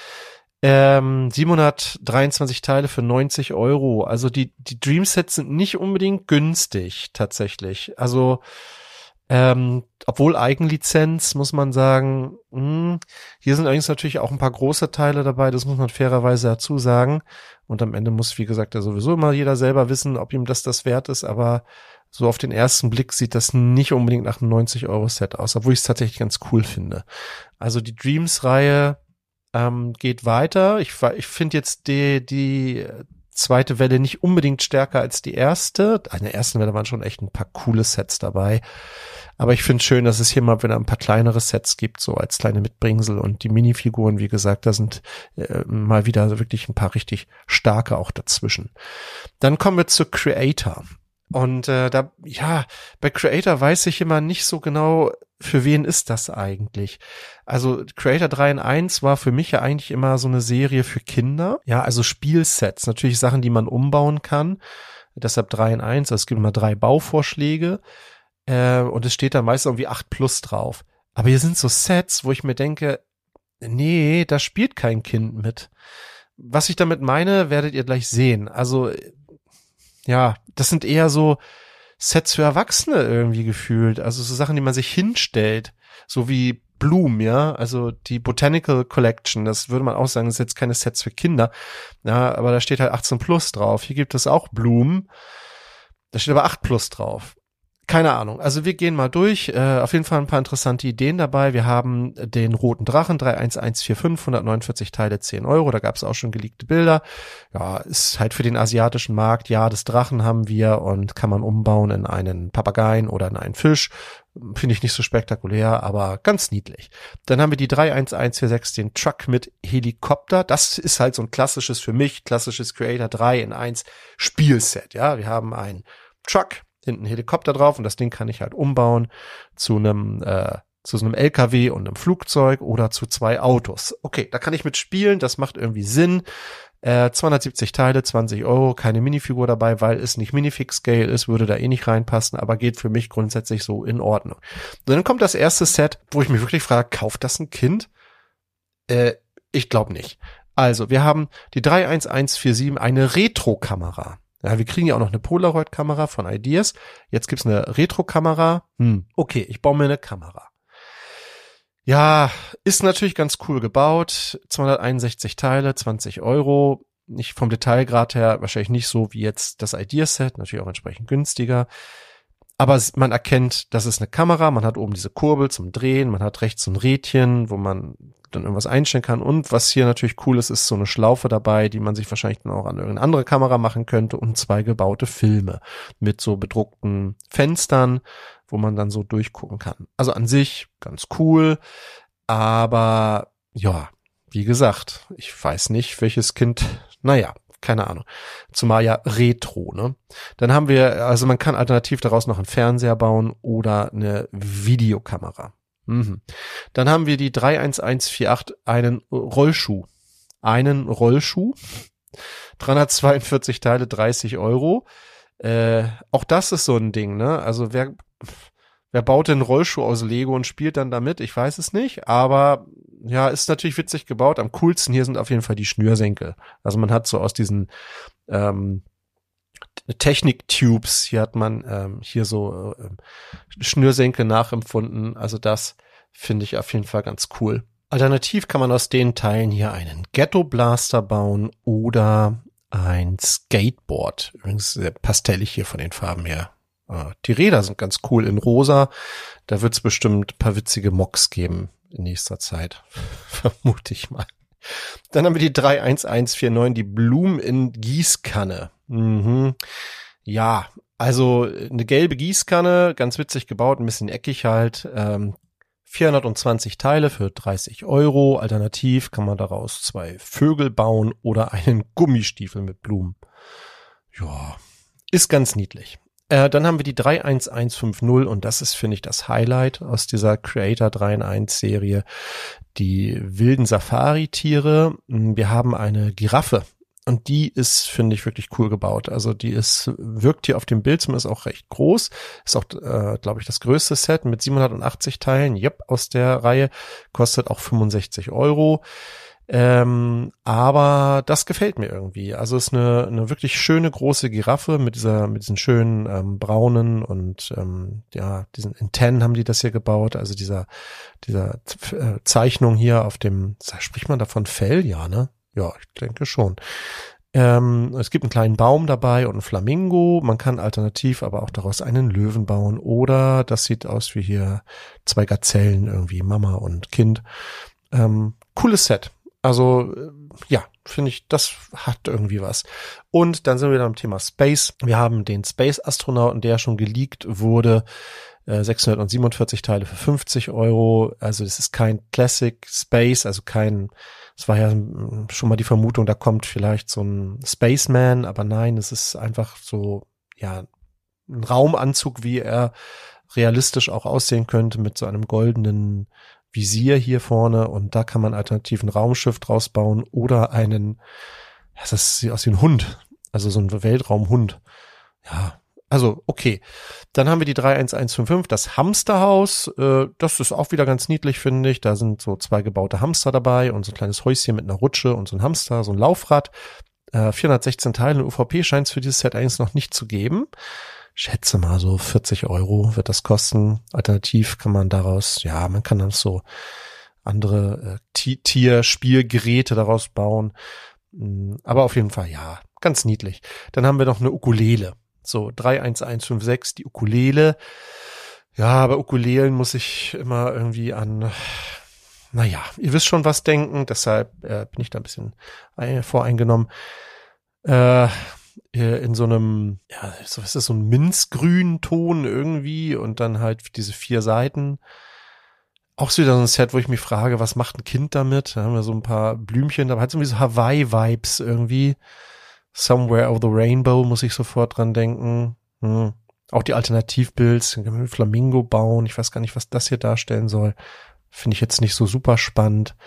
[SPEAKER 4] 723 Teile für 90 Euro. Also die Dream-Sets sind nicht unbedingt günstig tatsächlich. Also obwohl Eigenlizenz, muss man sagen, hier sind allerdings natürlich auch ein paar große Teile dabei, das muss man fairerweise dazu sagen. Und am Ende muss, wie gesagt, ja sowieso immer jeder selber wissen, ob ihm das wert ist, aber so auf den ersten Blick sieht das nicht unbedingt nach einem 90-Euro-Set aus, obwohl ich es tatsächlich ganz cool finde. Also die Dreams-Reihe geht weiter. Ich finde jetzt die zweite Welle nicht unbedingt stärker als die erste. In der ersten Welle waren schon echt ein paar coole Sets dabei. Aber ich finde schön, dass es hier mal wieder ein paar kleinere Sets gibt, so als kleine Mitbringsel. Und die Minifiguren, wie gesagt, da sind mal wieder wirklich ein paar richtig starke auch dazwischen. Dann kommen wir zu Creator. Und bei Creator weiß ich immer nicht so genau, für wen ist das eigentlich? Also Creator 3 in 1 war für mich ja eigentlich immer so eine Serie für Kinder. Ja, also Spielsets, natürlich Sachen, die man umbauen kann. Deshalb 3 in 1, es gibt immer 3 Bauvorschläge. Und es steht dann meist irgendwie 8+ drauf. Aber hier sind so Sets, wo ich mir denke, nee, da spielt kein Kind mit. Was ich damit meine, werdet ihr gleich sehen. Also ja, das sind eher so Sets für Erwachsene irgendwie gefühlt. Also so Sachen, die man sich hinstellt. So wie Bloom, ja, also die Botanical Collection, das würde man auch sagen, das ist jetzt keine Sets für Kinder. Ja, aber da steht halt 18 plus drauf. Hier gibt es auch Bloom. Da steht aber 8 plus drauf. Keine Ahnung. Also wir gehen mal durch. Auf jeden Fall ein paar interessante Ideen dabei. Wir haben den roten Drachen 31145, 149 Teile, 10 Euro. Da gab es auch schon geleakte Bilder. Ja, ist halt für den asiatischen Markt. Ja, das Drachen haben wir und kann man umbauen in einen Papageien oder in einen Fisch. Finde ich nicht so spektakulär, aber ganz niedlich. Dann haben wir die 31146, den Truck mit Helikopter. Das ist halt so ein klassisches, für mich, klassisches Creator 3 in 1 Spielset. Ja, wir haben einen Truck, hinten Helikopter drauf und das Ding kann ich halt umbauen zu so einem LKW und einem Flugzeug oder zu 2 Autos. Okay, da kann ich mit spielen, das macht irgendwie Sinn. 270 Teile, 20 Euro, keine Minifigur dabei, weil es nicht Minifix-Scale ist, würde da eh nicht reinpassen, aber geht für mich grundsätzlich so in Ordnung. Und dann kommt das erste Set, wo ich mich wirklich frage, kauft das ein Kind? Ich glaube nicht. Also, wir haben die 31147, eine Retro-Kamera. Ja, wir kriegen ja auch noch eine Polaroid-Kamera von Ideas. Jetzt gibt's eine Retro-Kamera. Okay, ich baue mir eine Kamera. Ja, ist natürlich ganz cool gebaut. 261 Teile, 20 Euro. Nicht vom Detailgrad her wahrscheinlich nicht so wie jetzt das Ideas-Set, natürlich auch entsprechend günstiger. Aber man erkennt, das ist eine Kamera. Man hat oben diese Kurbel zum Drehen. Man hat rechts so ein Rädchen, wo man dann irgendwas einstellen kann. Und was hier natürlich cool ist, ist so eine Schlaufe dabei, die man sich wahrscheinlich dann auch an irgendeine andere Kamera machen könnte und 2 gebaute Filme mit so bedruckten Fenstern, wo man dann so durchgucken kann. Also an sich ganz cool, aber ja, wie gesagt, ich weiß nicht, welches Kind, naja, keine Ahnung. Zumal ja Retro, ne? Dann haben wir, also man kann alternativ daraus noch einen Fernseher bauen oder eine Videokamera. Dann haben wir die 31148, einen Rollschuh. 342 Teile, 30 Euro. Auch das ist so ein Ding, ne? Also wer baut denn einen Rollschuh aus Lego und spielt dann damit? Ich weiß es nicht, aber ja, ist natürlich witzig gebaut. Am coolsten hier sind auf jeden Fall die Schnürsenkel. Also man hat so aus diesen Technik-Tubes, hier hat man hier so Schnürsenkel nachempfunden. Also das finde ich auf jeden Fall ganz cool. Alternativ kann man aus den Teilen hier einen Ghetto-Blaster bauen oder ein Skateboard. Übrigens sehr pastellig hier von den Farben her. Die Räder sind ganz cool in rosa. Da wird es bestimmt ein paar witzige Mocks geben in nächster Zeit. Vermute ich mal. Dann haben wir die 31149, die Blumen in Gießkanne. Ja, also eine gelbe Gießkanne, ganz witzig gebaut, ein bisschen eckig halt. 420 Teile für 30 Euro. Alternativ kann man daraus 2 Vögel bauen oder einen Gummistiefel mit Blumen. Ja, ist ganz niedlich. Dann haben wir die 31150 und das ist, finde ich, das Highlight aus dieser Creator 3 in 1 Serie. Die wilden Safari-Tiere. Wir haben eine Giraffe und die ist, finde ich, wirklich cool gebaut. Also die wirkt hier auf dem Bild zumindest auch recht groß. Ist auch, glaube ich, das größte Set mit 780 Teilen. Yep, aus der Reihe. Kostet auch 65 Euro. Aber das gefällt mir irgendwie. Also es ist eine wirklich schöne große Giraffe mit diesen schönen braunen und ja, diesen Antennen haben die das hier gebaut. Also dieser Zeichnung hier auf dem, spricht man davon Fell? Ja, ne? Ja, ich denke schon. Es gibt einen kleinen Baum dabei und einen Flamingo. Man kann alternativ aber auch daraus einen Löwen bauen oder das sieht aus wie hier 2 Gazellen irgendwie, Mama und Kind. Cooles Set. Also, ja, finde ich, das hat irgendwie was. Und dann sind wir wieder am Thema Space. Wir haben den Space-Astronauten, der schon geleakt wurde. 647 Teile für 50 Euro. Also, das ist kein Classic Space, also es war ja schon mal die Vermutung, da kommt vielleicht so ein Spaceman, aber nein, es ist einfach so, ja, ein Raumanzug, wie er realistisch auch aussehen könnte, mit so einem goldenen Visier hier vorne und da kann man alternativ ein Raumschiff draus bauen oder das sieht aus wie ein Hund, also so ein Weltraumhund. Ja, also okay. Dann haben wir die 31155, das Hamsterhaus. Das ist auch wieder ganz niedlich, finde ich. Da sind so 2 gebaute Hamster dabei und so ein kleines Häuschen mit einer Rutsche und so ein Hamster, so ein Laufrad. 416 Teile in UVP scheint es für dieses Set eigentlich noch nicht zu geben. Schätze mal so 40 € wird das kosten. Alternativ kann man daraus, ja, man kann dann so andere Tierspielgeräte daraus bauen. Aber auf jeden Fall, ja, ganz niedlich. Dann haben wir noch eine Ukulele. So, 31156, die Ukulele. Ja, bei Ukulelen muss ich immer irgendwie an, naja, ihr wisst schon was denken, deshalb bin ich da ein bisschen voreingenommen. In so einem, ja, was ist das, so ein minzgrünen Ton irgendwie und dann halt diese 4 Seiten. Auch so wieder so ein Set, wo ich mich frage, was macht ein Kind damit? Da haben wir so ein paar Blümchen, aber hat irgendwie so Hawaii-Vibes irgendwie. Somewhere over the Rainbow muss ich sofort dran denken. Auch die Alternativbuilds, dann können wir Flamingo bauen. Ich weiß gar nicht, was das hier darstellen soll. Finde ich jetzt nicht so super spannend.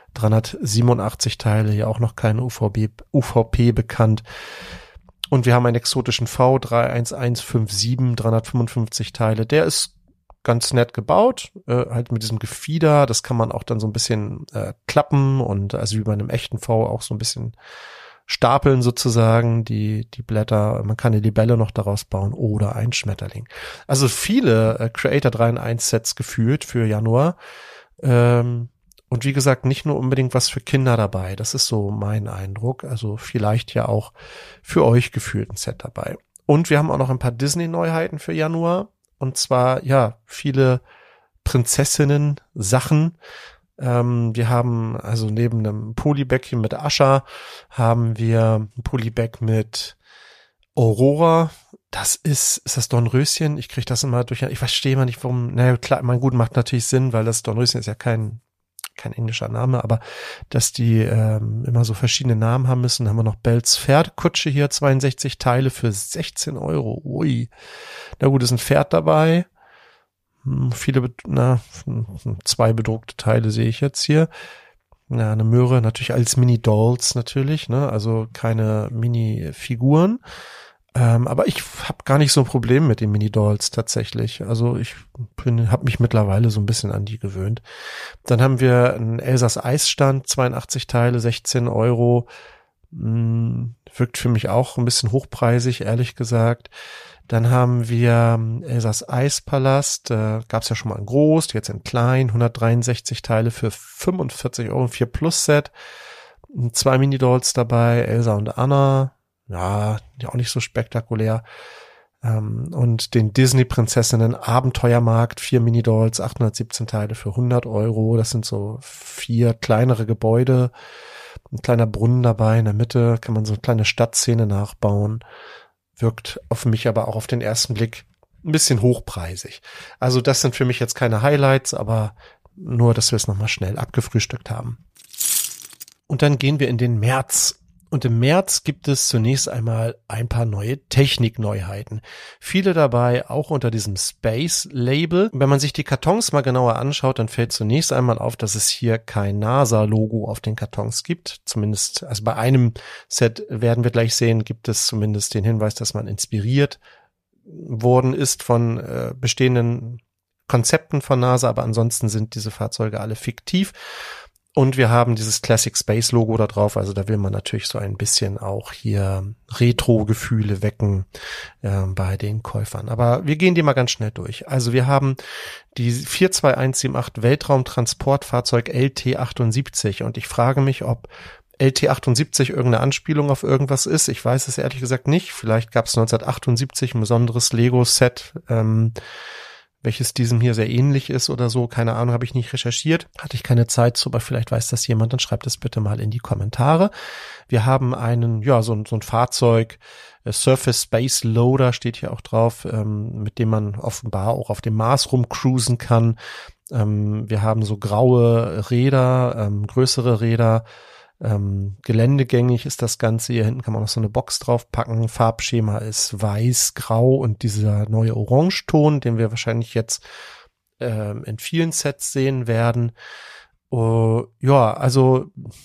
[SPEAKER 4] 387 Teile, ja auch noch keine UVP bekannt. Und wir haben einen exotischen V, 31157, 355 Teile. Der ist ganz nett gebaut, halt mit diesem Gefieder. Das kann man auch dann so ein bisschen klappen und also wie bei einem echten V auch so ein bisschen stapeln sozusagen, die Blätter. Man kann eine Libelle noch daraus bauen oder ein Schmetterling. Also viele Creator 3 in 1 Sets gefühlt für Januar. Und wie gesagt, nicht nur unbedingt was für Kinder dabei. Das ist so mein Eindruck. Also vielleicht ja auch für euch gefühlt ein Set dabei. Und wir haben auch noch ein paar Disney-Neuheiten für Januar. Und zwar, ja, viele Prinzessinnen-Sachen. Wir haben also neben einem Polybag hier mit Ascha haben wir ein Polybag mit Aurora. Das ist das Dornröschen? Ich kriege das immer durch. Ich verstehe mal nicht, warum. Naja, klar, mein Gut macht natürlich Sinn, weil das Dornröschen ist ja kein englischer Name, aber dass die immer so verschiedene Namen haben müssen. Dann haben wir noch Bells Pferdkutsche hier, 62 Teile für 16 €. Ui. Na gut, ist ein Pferd dabei. Viele, 2 bedruckte Teile sehe ich jetzt hier. Ja, eine Möhre, natürlich als Mini-Dolls natürlich, ne? Also keine Mini-Figuren. Aber ich habe gar nicht so ein Problem mit den Mini-Dolls tatsächlich. Also ich habe mich mittlerweile so ein bisschen an die gewöhnt. Dann haben wir einen Elsass Eisstand, 82 Teile, 16 €. Wirkt für mich auch ein bisschen hochpreisig, ehrlich gesagt. Dann haben wir Elsass Eispalast, gab es ja schon mal in groß, jetzt in klein, 163 Teile für 45 €, 4 Plus Set. 2 Mini-Dolls dabei, Elsa und Anna. Ja, auch nicht so spektakulär. Und den Disney-Prinzessinnen Abenteuermarkt, 4 Mini-Dolls, 817 Teile für 100 €. Das sind so 4 kleinere Gebäude, ein kleiner Brunnen dabei. In der Mitte kann man so eine kleine Stadtszene nachbauen. Wirkt auf mich aber auch auf den ersten Blick ein bisschen hochpreisig. Also das sind für mich jetzt keine Highlights, aber nur, dass wir es nochmal schnell abgefrühstückt haben. Und dann gehen wir in den März. Und im März gibt es zunächst einmal ein paar neue Technikneuheiten. Viele dabei auch unter diesem Space-Label. Wenn man sich die Kartons mal genauer anschaut, dann fällt zunächst einmal auf, dass es hier kein NASA-Logo auf den Kartons gibt. Zumindest, also bei einem Set werden wir gleich sehen, gibt es zumindest den Hinweis, dass man inspiriert worden ist von bestehenden Konzepten von NASA, aber ansonsten sind diese Fahrzeuge alle fiktiv. Und wir haben dieses Classic Space Logo da drauf, also da will man natürlich so ein bisschen auch hier Retro-Gefühle wecken bei den Käufern. Aber wir gehen die mal ganz schnell durch. Also wir haben die 42178 Weltraumtransportfahrzeug LT-78 und ich frage mich, ob LT-78 irgendeine Anspielung auf irgendwas ist. Ich weiß es ehrlich gesagt nicht. Vielleicht gab es 1978 ein besonderes Lego-Set, welches diesem hier sehr ähnlich ist oder so. Keine Ahnung, habe ich nicht recherchiert. Hatte ich keine Zeit zu, aber vielleicht weiß das jemand, dann schreibt es bitte mal in die Kommentare. Wir haben einen, ja, so ein Fahrzeug, Surface Space Loader steht hier auch drauf, mit dem man offenbar auch auf dem Mars rumcruisen kann. Wir haben so graue Räder, größere Räder, geländegängig ist das Ganze. Hier hinten kann man noch so eine Box draufpacken. Farbschema ist weiß, grau und dieser neue Orangeton, den wir wahrscheinlich jetzt in vielen Sets sehen werden. Ja, also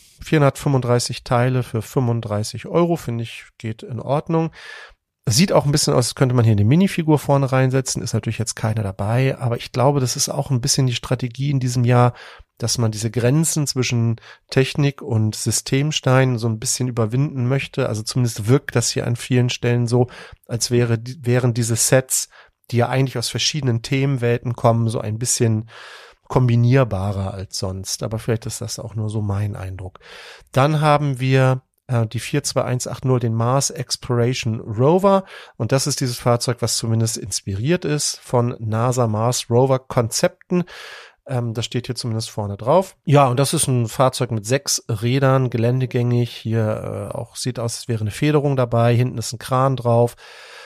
[SPEAKER 4] 435 Teile für 35 €, finde ich, geht in Ordnung. Sieht auch ein bisschen aus, als könnte man hier eine Minifigur vorne reinsetzen. Ist natürlich jetzt keiner dabei, aber ich glaube, das ist auch ein bisschen die Strategie in diesem Jahr, dass man diese Grenzen zwischen Technik und Systemstein so ein bisschen überwinden möchte. Also zumindest wirkt das hier an vielen Stellen so, als wären diese Sets, die ja eigentlich aus verschiedenen Themenwelten kommen, so ein bisschen kombinierbarer als sonst. Aber vielleicht ist das auch nur so mein Eindruck. Dann haben wir die 42180, den Mars Exploration Rover. Und das ist dieses Fahrzeug, was zumindest inspiriert ist von NASA Mars Rover Konzepten. Das steht hier zumindest vorne drauf. Ja, und das ist ein Fahrzeug mit 6 Rädern, geländegängig. Hier auch sieht aus, als wäre eine Federung dabei. Hinten ist ein Kran drauf.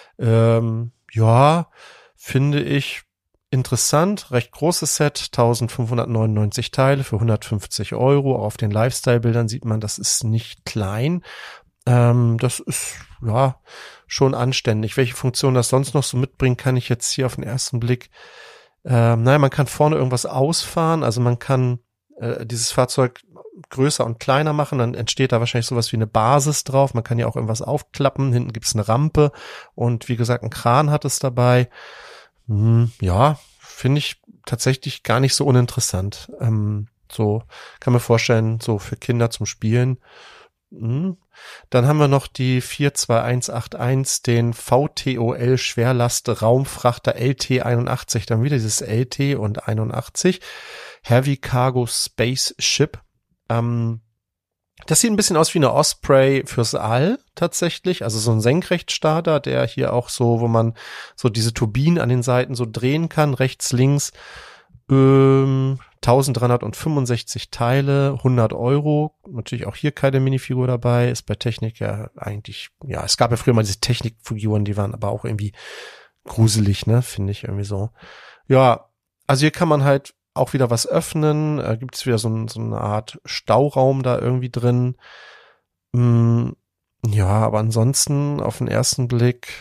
[SPEAKER 4] Ja, finde ich interessant. Recht großes Set, 1599 Teile für 150 Euro. Auch auf den Lifestyle-Bildern sieht man, das ist nicht klein. Das ist ja schon anständig. Welche Funktion das sonst noch so mitbringt, kann ich jetzt hier auf den ersten Blick. Man kann vorne irgendwas ausfahren. Also man kann dieses Fahrzeug größer und kleiner machen, dann entsteht da wahrscheinlich sowas wie eine Basis drauf. Man kann ja auch irgendwas aufklappen. Hinten gibt's eine Rampe und wie gesagt, ein Kran hat es dabei. Ja, finde ich tatsächlich gar nicht so uninteressant. So kann mir vorstellen, so für Kinder zum Spielen. Dann haben wir noch die 42181, den VTOL Schwerlast Raumfrachter LT81. Dann wieder dieses LT und 81. Heavy Cargo Spaceship. Das sieht ein bisschen aus wie eine Osprey fürs All tatsächlich, also so ein Senkrechtstarter, der hier auch so, wo man so diese Turbinen an den Seiten so drehen kann, rechts, links, 1365 Teile, 100 Euro, natürlich auch hier keine Minifigur dabei, ist bei Technik ja eigentlich, ja, es gab ja früher mal diese Technikfiguren, die waren aber auch irgendwie gruselig, ne, finde ich irgendwie so. Ja, also hier kann man halt auch wieder was öffnen, gibt es wieder so eine Art Stauraum da irgendwie drin. Ja, aber ansonsten auf den ersten Blick,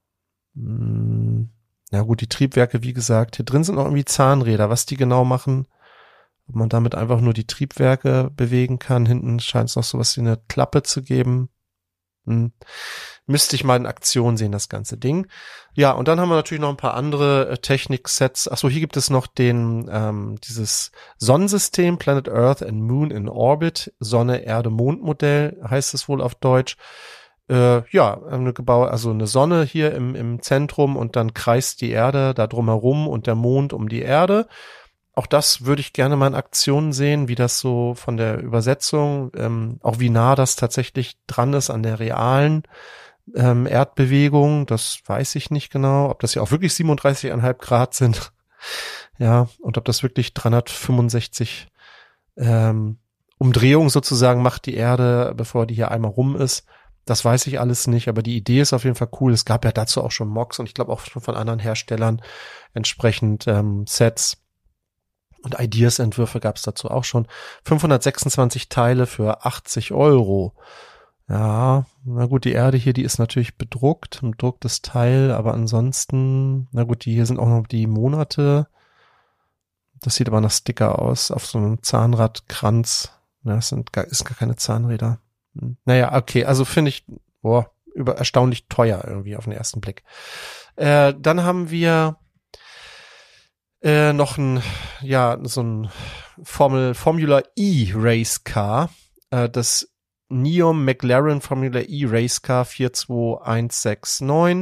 [SPEAKER 4] ja gut, die Triebwerke, wie gesagt, hier drin sind noch irgendwie Zahnräder, was die genau machen, ob man damit einfach nur die Triebwerke bewegen kann. Hinten scheint es noch sowas wie eine Klappe zu geben. Müsste ich mal in Aktion sehen, das ganze Ding. Ja, und dann haben wir natürlich noch ein paar andere Technik-Sets. Achso, hier gibt es noch dieses Sonnensystem, Planet Earth and Moon in Orbit, Sonne, Erde, Mond Modell, heißt es wohl auf Deutsch. Ja, eine Sonne hier im Zentrum und dann kreist die Erde da drumherum und der Mond um die Erde. Auch das würde ich gerne mal in Aktion sehen, wie das so von der Übersetzung, auch wie nah das tatsächlich dran ist an der realen Erdbewegung. Das weiß ich nicht genau, ob das ja auch wirklich 37,5 Grad sind. Ja, und ob das wirklich 365 Umdrehungen sozusagen macht die Erde, bevor die hier einmal rum ist. Das weiß ich alles nicht, aber die Idee ist auf jeden Fall cool. Es gab ja dazu auch schon Mocks und ich glaube auch schon von anderen Herstellern entsprechend Sets. Und Ideas-Entwürfe gab es dazu auch schon. 526 Teile für 80 Euro. Ja, na gut, die Erde hier, die ist natürlich bedruckt, ein bedrucktes Teil, aber ansonsten, na gut, hier sind auch noch die Monate. Das sieht aber nach Sticker aus, auf so einem Zahnradkranz. Ja, ist gar keine Zahnräder. Naja, okay, also finde ich, erstaunlich teuer irgendwie auf den ersten Blick. Dann haben wir noch so ein Formula E Race Car, das Neom McLaren Formula E Race Car 42169,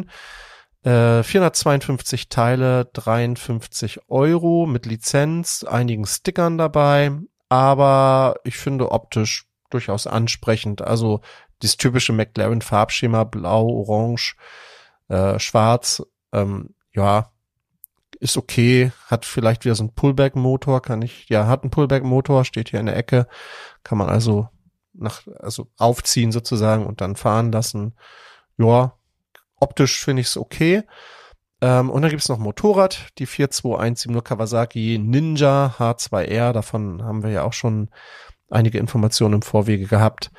[SPEAKER 4] 452 Teile, 53 Euro mit Lizenz, einigen Stickern dabei, aber ich finde optisch durchaus ansprechend, also das typische McLaren Farbschema, blau, orange, schwarz, ja, ist okay, hat vielleicht wieder so einen Pullback-Motor, hat einen Pullback-Motor, steht hier in der Ecke, kann man also aufziehen sozusagen und dann fahren lassen. Ja, optisch finde ich es okay. Und dann gibt es noch ein Motorrad, die 4217 Kawasaki Ninja H2R, davon haben wir ja auch schon einige Informationen im Vorwege gehabt.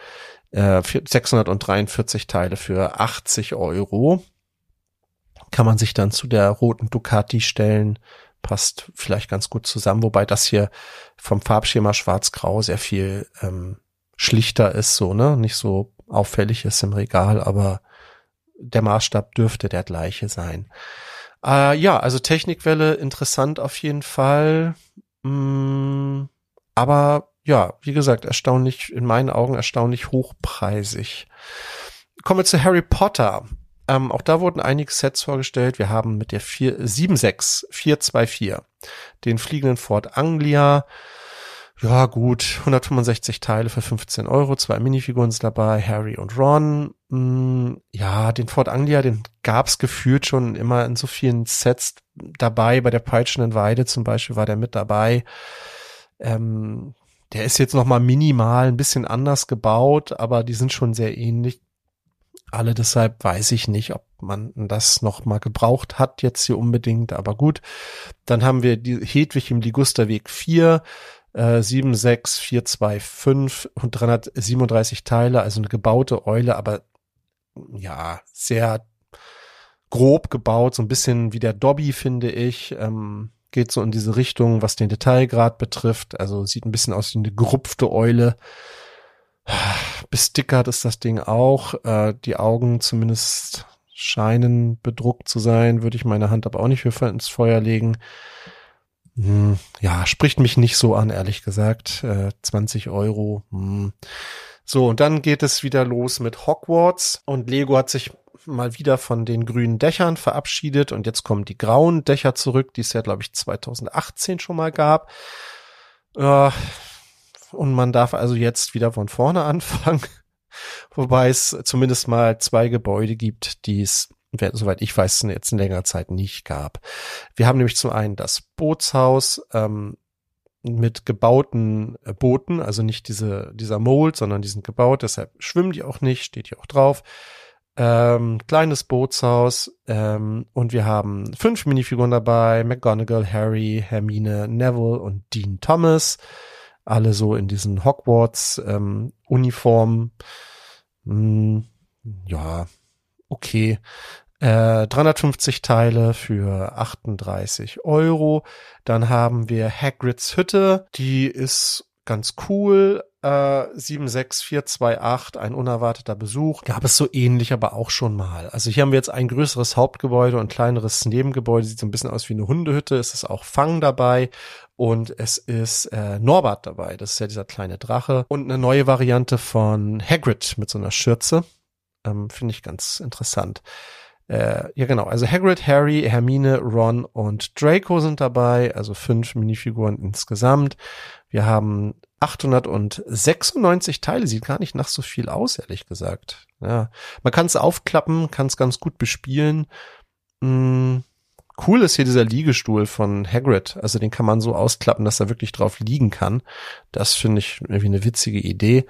[SPEAKER 4] 643 Teile für 80 Euro. Kann man sich dann zu der roten Ducati stellen, passt vielleicht ganz gut zusammen, wobei das hier vom Farbschema schwarz-grau sehr viel schlichter ist, so, ne, nicht so auffällig ist im Regal, aber der Maßstab dürfte der gleiche sein. Ja, also Technikwelle interessant auf jeden Fall. Aber ja, wie gesagt, in meinen Augen erstaunlich hochpreisig. Kommen wir zu Harry Potter. Auch da wurden einige Sets vorgestellt. Wir haben mit der 76424 den fliegenden Fort Anglia. Ja gut, 165 Teile für 15 Euro, 2 Minifiguren sind dabei, Harry und Ron. Ja, den Fort Anglia, den gab's gefühlt schon immer in so vielen Sets dabei. Bei der Peitschenden Weide zum Beispiel war der mit dabei. Der ist jetzt nochmal minimal ein bisschen anders gebaut, aber die sind schon sehr ähnlich. Alle, deshalb weiß ich nicht, ob man das noch mal gebraucht hat jetzt hier unbedingt, aber gut. Dann haben wir die Hedwig im Ligusterweg 4, 76425 und 337 Teile, also eine gebaute Eule, aber ja, sehr grob gebaut, so ein bisschen wie der Dobby, finde ich. Geht so in diese Richtung, was den Detailgrad betrifft, also sieht ein bisschen aus wie eine gerupfte Eule. Bestickert ist das Ding auch. Die Augen zumindest scheinen bedruckt zu sein, würde ich meine Hand aber auch nicht für ins Feuer legen. Ja, spricht mich nicht so an, ehrlich gesagt. 20 Euro. So, und dann geht es wieder los mit Hogwarts und Lego hat sich mal wieder von den grünen Dächern verabschiedet und jetzt kommen die grauen Dächer zurück, die es ja, glaube ich, 2018 schon mal gab. Und man darf also jetzt wieder von vorne anfangen, wobei es zumindest mal 2 Gebäude gibt, die es, soweit ich weiß, jetzt in längerer Zeit nicht gab. Wir haben nämlich zum einen das Bootshaus mit gebauten Booten, also nicht dieser Mold, sondern die sind gebaut, deshalb schwimmen die auch nicht, steht hier auch drauf. Kleines Bootshaus und wir haben 5 Minifiguren dabei, McGonagall, Harry, Hermine, Neville und Dean Thomas. Alle so in diesen Hogwarts-Uniformen. Ja, okay. 350 Teile für 38 Euro. Dann haben wir Hagrids Hütte. Die ist ganz cool. 76428, ein unerwarteter Besuch. Gab es so ähnlich, aber auch schon mal. Also hier haben wir jetzt ein größeres Hauptgebäude und ein kleineres Nebengebäude. Sieht so ein bisschen aus wie eine Hundehütte. Es ist auch Fang dabei. Und es ist Norbert dabei, das ist ja dieser kleine Drache. Und eine neue Variante von Hagrid mit so einer Schürze. Finde ich ganz interessant. Ja genau, also Hagrid, Harry, Hermine, Ron und Draco sind dabei. Also 5 Minifiguren insgesamt. Wir haben 896 Teile, sieht gar nicht nach so viel aus, ehrlich gesagt. Ja, man kann es aufklappen, kann es ganz gut bespielen. Cool ist hier dieser Liegestuhl von Hagrid. Also den kann man so ausklappen, dass er wirklich drauf liegen kann. Das finde ich irgendwie eine witzige Idee.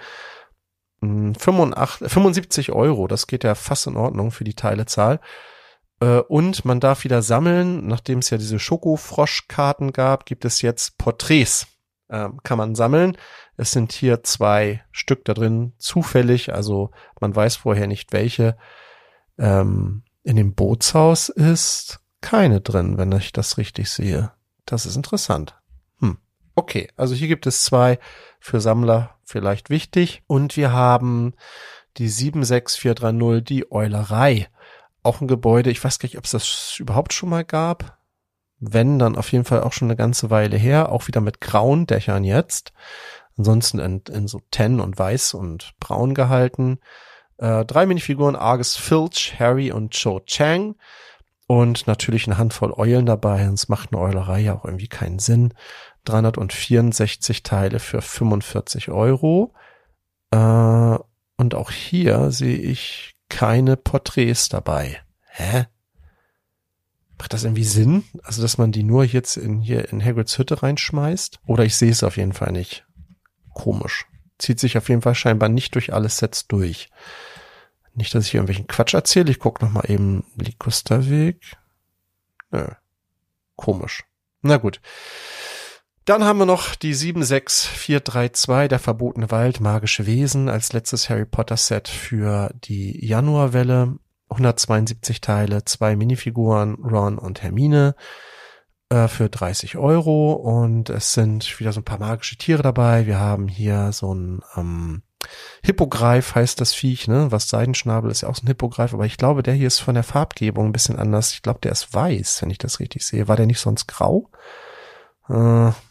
[SPEAKER 4] 75 Euro, das geht ja fast in Ordnung für die Teilezahl. Und man darf wieder sammeln. Nachdem es ja diese Schokofroschkarten gab, gibt es jetzt Porträts. Kann man sammeln. Es sind hier 2 Stück da drin, zufällig. Also man weiß vorher nicht, welche. In dem Bootshaus ist keine drin, wenn ich das richtig sehe. Das ist interessant. Okay, also hier gibt es 2 für Sammler vielleicht wichtig. Und wir haben die 76430, die Eulerei. Auch ein Gebäude, ich weiß gar nicht, ob es das überhaupt schon mal gab. Wenn, dann auf jeden Fall auch schon eine ganze Weile her. Auch wieder mit grauen Dächern jetzt. Ansonsten in so Tan und Weiß und Braun gehalten. 3 Minifiguren, Argus Filch, Harry und Cho Chang. Und natürlich eine Handvoll Eulen dabei. Sonst macht eine Eulerei ja auch irgendwie keinen Sinn. 364 Teile für 45 Euro. Und auch hier sehe ich keine Porträts dabei. Hä? Macht das irgendwie Sinn? Also, dass man die nur jetzt hier in Hagrids Hütte reinschmeißt? Oder ich sehe es auf jeden Fall nicht. Komisch. Zieht sich auf jeden Fall scheinbar nicht durch alle Sets durch. Nicht, dass ich hier irgendwelchen Quatsch erzähle. Ich gucke nochmal eben Ligusterweg. Nö. Komisch. Na gut. Dann haben wir noch die 76432, der verbotene Wald, magische Wesen, als letztes Harry Potter Set für die Januarwelle. 172 Teile, 2 Minifiguren, Ron und Hermine, für 30 Euro. Und es sind wieder so ein paar magische Tiere dabei. Wir haben hier so ein Hippogreif, heißt das Viech, ne? Was Seidenschnabel ist ja auch so ein Hippogreif, aber ich glaube, der hier ist von der Farbgebung ein bisschen anders. Ich glaube, der ist weiß, wenn ich das richtig sehe. War der nicht sonst grau?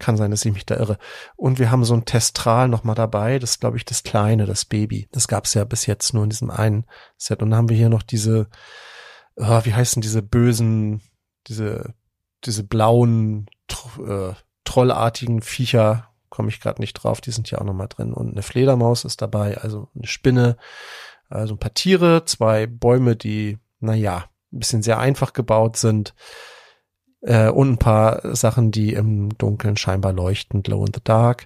[SPEAKER 4] Kann sein, dass ich mich da irre. Und wir haben so ein Testral nochmal dabei. Das ist, glaube ich, das Kleine, das Baby. Das gab es ja bis jetzt nur in diesem einen Set. Und dann haben wir hier noch diese, wie heißen diese bösen, diese blauen, trollartigen Viecher. Komme ich gerade nicht drauf. Die sind ja auch nochmal drin. Und eine Fledermaus ist dabei, also eine Spinne, also ein paar Tiere, 2 Bäume, die, ein bisschen sehr einfach gebaut sind. Und ein paar Sachen, die im Dunkeln scheinbar leuchten, glow in the dark.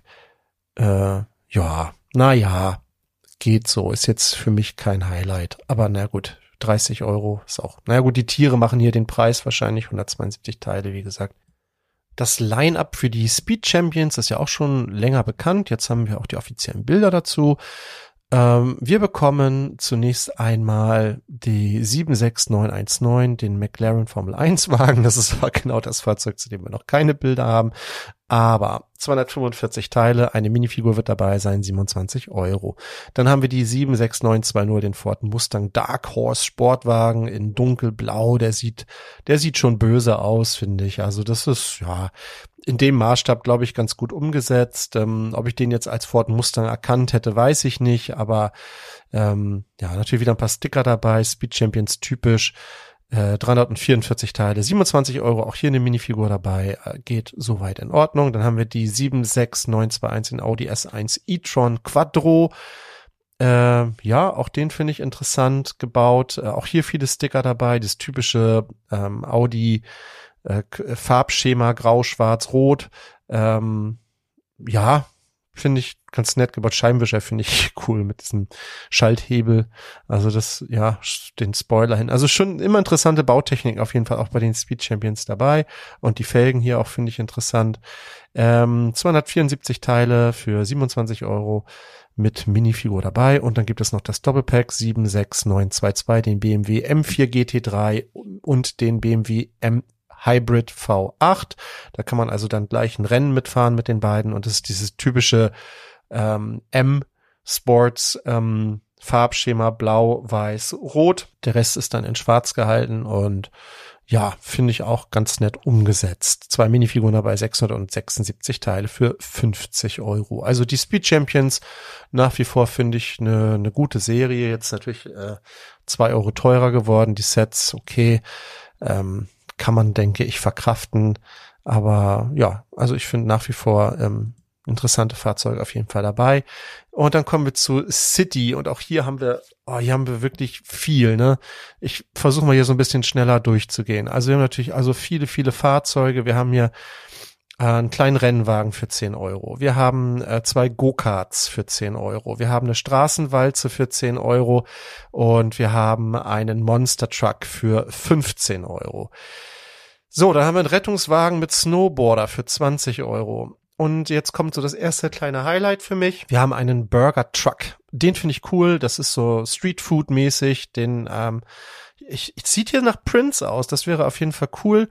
[SPEAKER 4] Geht so. Ist jetzt für mich kein Highlight. Aber na gut, 30 € ist auch. Na gut, die Tiere machen hier den Preis wahrscheinlich, 172 Teile, wie gesagt. Das Line-Up für die Speed Champions ist ja auch schon länger bekannt. Jetzt haben wir auch die offiziellen Bilder dazu. Wir bekommen zunächst einmal die 76919, den McLaren Formel 1 Wagen. Das ist aber genau das Fahrzeug, zu dem wir noch keine Bilder haben. Aber 245 Teile, eine Minifigur wird dabei sein, 27 €. Dann haben wir die 76920, den Ford Mustang Dark Horse Sportwagen in dunkelblau. Der sieht schon böse aus, finde ich. Also das ist, in dem Maßstab, glaube ich, ganz gut umgesetzt. Ob ich den jetzt als Ford Mustang erkannt hätte, weiß ich nicht. Aber natürlich wieder ein paar Sticker dabei, Speed Champions typisch. 344 Teile, 27 €, auch hier eine Minifigur dabei, geht soweit in Ordnung. Dann haben wir die 76921 in Audi S1 e-tron Quattro. Auch den finde ich interessant gebaut. Auch hier viele Sticker dabei, das typische Audi Farbschema grau, schwarz, rot. Finde ich ganz nett gebaut. Scheibenwischer finde ich cool mit diesem Schalthebel. Also das, den Spoiler hin. Also schon immer interessante Bautechnik auf jeden Fall auch bei den Speed Champions dabei. Und die Felgen hier auch finde ich interessant. 274 Teile für 27 € mit Minifigur dabei. Und dann gibt es noch das Doppelpack 76922, den BMW M4 GT3 und den BMW M Hybrid V8. Da kann man also dann gleich ein Rennen mitfahren mit den beiden. Und das ist dieses typische M-Sports Farbschema blau, weiß, rot. Der Rest ist dann in schwarz gehalten und finde ich auch ganz nett umgesetzt. 2 Minifiguren dabei, 676 Teile für 50 €. Also die Speed Champions nach wie vor finde ich eine gute Serie. Jetzt natürlich 2 € teurer geworden. Die Sets, okay, kann man, denke ich, verkraften. Aber also ich finde nach wie vor interessante Fahrzeuge auf jeden Fall dabei. Und dann kommen wir zu City. Und auch hier haben wir wirklich viel, ne? Ich versuche mal hier so ein bisschen schneller durchzugehen. Also wir haben natürlich viele, viele Fahrzeuge. Wir haben hier einen kleinen Rennwagen für 10 €. Wir haben 2 Go-Karts für 10 €. Wir haben eine Straßenwalze für 10 € und wir haben einen Monster Truck für 15 €. So, dann haben wir einen Rettungswagen mit Snowboarder für 20 €. Und jetzt kommt so das erste kleine Highlight für mich. Wir haben einen Burger Truck. Den finde ich cool. Das ist so Street Food mäßig. Den sieht hier nach Prince aus. Das wäre auf jeden Fall cool.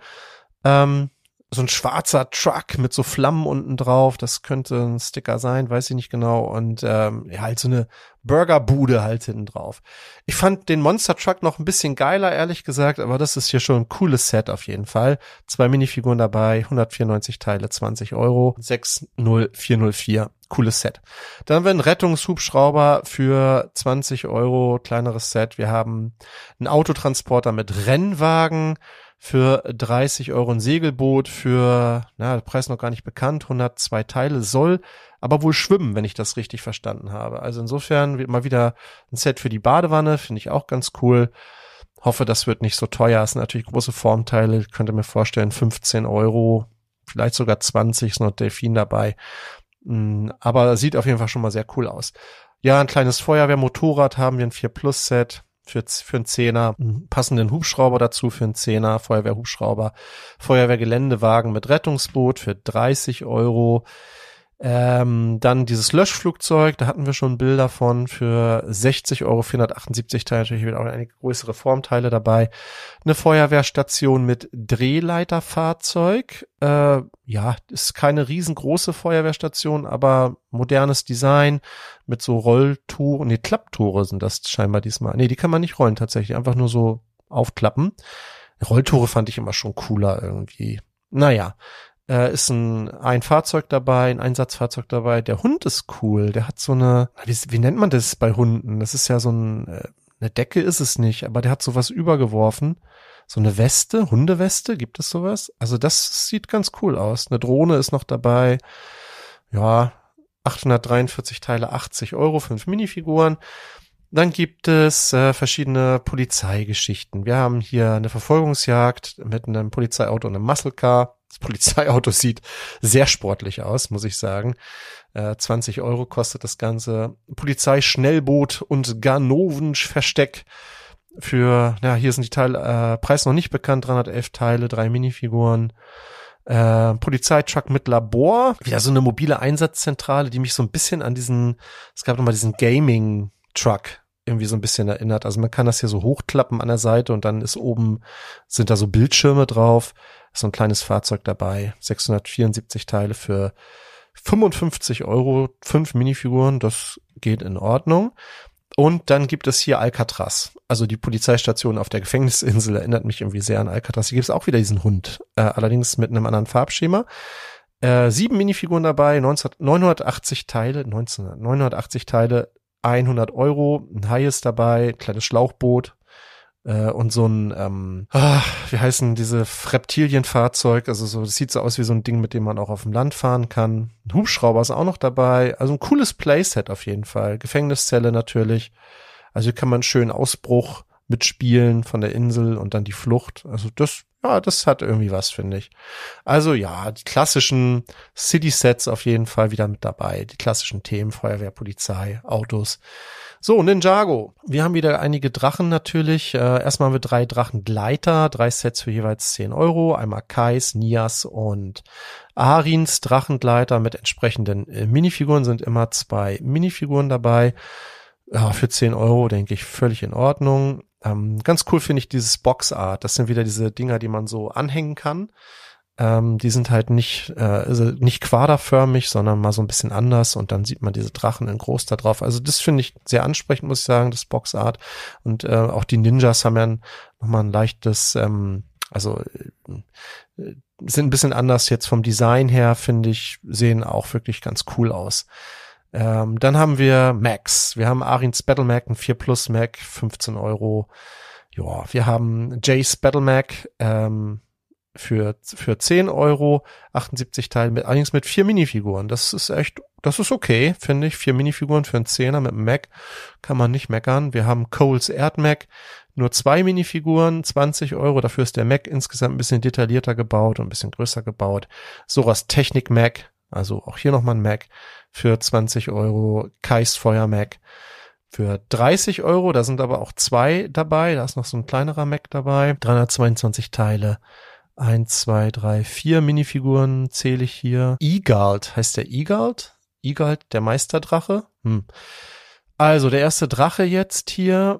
[SPEAKER 4] So ein schwarzer Truck mit so Flammen unten drauf, das könnte ein Sticker sein, weiß ich nicht genau. Und halt so eine Burgerbude halt hinten drauf. Ich fand den Monster Truck noch ein bisschen geiler, ehrlich gesagt, aber das ist hier schon ein cooles Set auf jeden Fall. 2 Minifiguren dabei, 194 Teile, 20 €, 60404. Cooles Set. Dann haben wir einen Rettungshubschrauber für 20 €, kleineres Set. Wir haben einen Autotransporter mit Rennwagen für 30 €, ein Segelboot für, der Preis noch gar nicht bekannt, 102 Teile, soll aber wohl schwimmen, wenn ich das richtig verstanden habe. Also insofern mal wieder ein Set für die Badewanne, finde ich auch ganz cool. Hoffe, das wird nicht so teuer. Es sind natürlich große Formteile, könnte mir vorstellen, 15 €, vielleicht sogar 20, ist noch Delfin dabei. Aber sieht auf jeden Fall schon mal sehr cool aus. Ja, ein kleines Feuerwehrmotorrad haben wir, ein 4-Plus-Set. Für einen Zehner, passenden Hubschrauber dazu für einen Zehner, Feuerwehrhubschrauber, Feuerwehrgeländewagen mit Rettungsboot für 30 €. Dann dieses Löschflugzeug, da hatten wir schon Bilder von, für 60 €, 478 Teile, natürlich wieder auch einige größere Formteile dabei. Eine Feuerwehrstation mit Drehleiterfahrzeug, ist keine riesengroße Feuerwehrstation, aber modernes Design mit so Rolltouren, Klapptore sind das scheinbar diesmal. Die kann man nicht rollen tatsächlich, einfach nur so aufklappen. Rolltore fand ich immer schon cooler irgendwie. Ist ein Fahrzeug dabei, ein Einsatzfahrzeug dabei. Der Hund ist cool. Der hat so eine, wie nennt man das bei Hunden? Das ist ja so eine Decke ist es nicht, aber der hat sowas übergeworfen. So eine Weste, Hundeweste, gibt es sowas? Also das sieht ganz cool aus. Eine Drohne ist noch dabei. Ja, 843 Teile, 80 €, 5 Minifiguren. Dann gibt es verschiedene Polizeigeschichten. Wir haben hier eine Verfolgungsjagd mit einem Polizeiauto und einem Muscle Car. Das Polizeiauto sieht sehr sportlich aus, muss ich sagen. 20 € kostet das Ganze. Polizeischnellboot und Ganoven-Versteck für, hier sind die Teile, Preis noch nicht bekannt, 311 Teile, 3 Minifiguren. Polizeitruck mit Labor. Wieder so eine mobile Einsatzzentrale, die mich so ein bisschen an es gab nochmal diesen Gaming-Truck irgendwie so ein bisschen erinnert. Also man kann das hier so hochklappen an der Seite und dann sind da so Bildschirme drauf. Ist so ein kleines Fahrzeug dabei. 674 Teile für 55 €, 5 Minifiguren, das geht in Ordnung. Und dann gibt es hier Alcatraz. Also die Polizeistation auf der Gefängnisinsel erinnert mich irgendwie sehr an Alcatraz. Hier gibt es auch wieder diesen Hund, allerdings mit einem anderen Farbschema. 7 Minifiguren dabei, 980 Teile, 100 €, ein Hai ist dabei, ein kleines Schlauchboot und so ein, wie heißen diese Reptilienfahrzeug, also so, das sieht so aus wie so ein Ding, mit dem man auch auf dem Land fahren kann. Ein Hubschrauber ist auch noch dabei, also ein cooles Playset auf jeden Fall. Gefängniszelle natürlich, also hier kann man schön Ausbruch mitspielen von der Insel und dann die Flucht, also das hat irgendwie was, finde ich. Also ja, die klassischen City-Sets auf jeden Fall wieder mit dabei. Die klassischen Themen, Feuerwehr, Polizei, Autos. So, Ninjago. Wir haben wieder einige Drachen natürlich. Erstmal haben wir 3 Drachengleiter, 3 Sets für jeweils 10 €. Einmal Kais, Nias und Arins Drachengleiter mit entsprechenden Minifiguren. Sind immer 2 Minifiguren dabei. Ja, für 10 € denke ich völlig in Ordnung. Ganz cool finde ich dieses Boxart. Das sind wieder diese Dinger, die man so anhängen kann. Die sind halt nicht quaderförmig, sondern mal so ein bisschen anders und dann sieht man diese Drachen in groß da drauf. Also das finde ich sehr ansprechend, muss ich sagen, das Boxart. Und auch die Ninjas haben ja nochmal ein leichtes, sind ein bisschen anders jetzt vom Design her, finde ich, sehen auch wirklich ganz cool aus. Dann haben wir Max. Wir haben Arins Battle Mac, ein 4 Plus Mac, 15 €. Ja, wir haben Jace Battle Mac, für 10 €, 78 Teile, allerdings mit 4 Minifiguren. Das ist okay, finde ich. 4 Minifiguren für einen 10er mit einem Mac kann man nicht meckern. Wir haben Coles Erdmac, nur 2 Minifiguren, 20 €. Dafür ist der Mac insgesamt ein bisschen detaillierter gebaut und ein bisschen größer gebaut. Soras Technik Mac, also auch hier nochmal ein Mac für 20 €. Kais Feuer Mac für 30 €. Da sind aber auch 2 dabei. Da ist noch so ein kleinerer Mac dabei. 322 Teile. 1, 2, 3, 4 Minifiguren zähle ich hier. Egalt, heißt der Egalt? Egalt, der Meisterdrache? Also der erste Drache jetzt hier,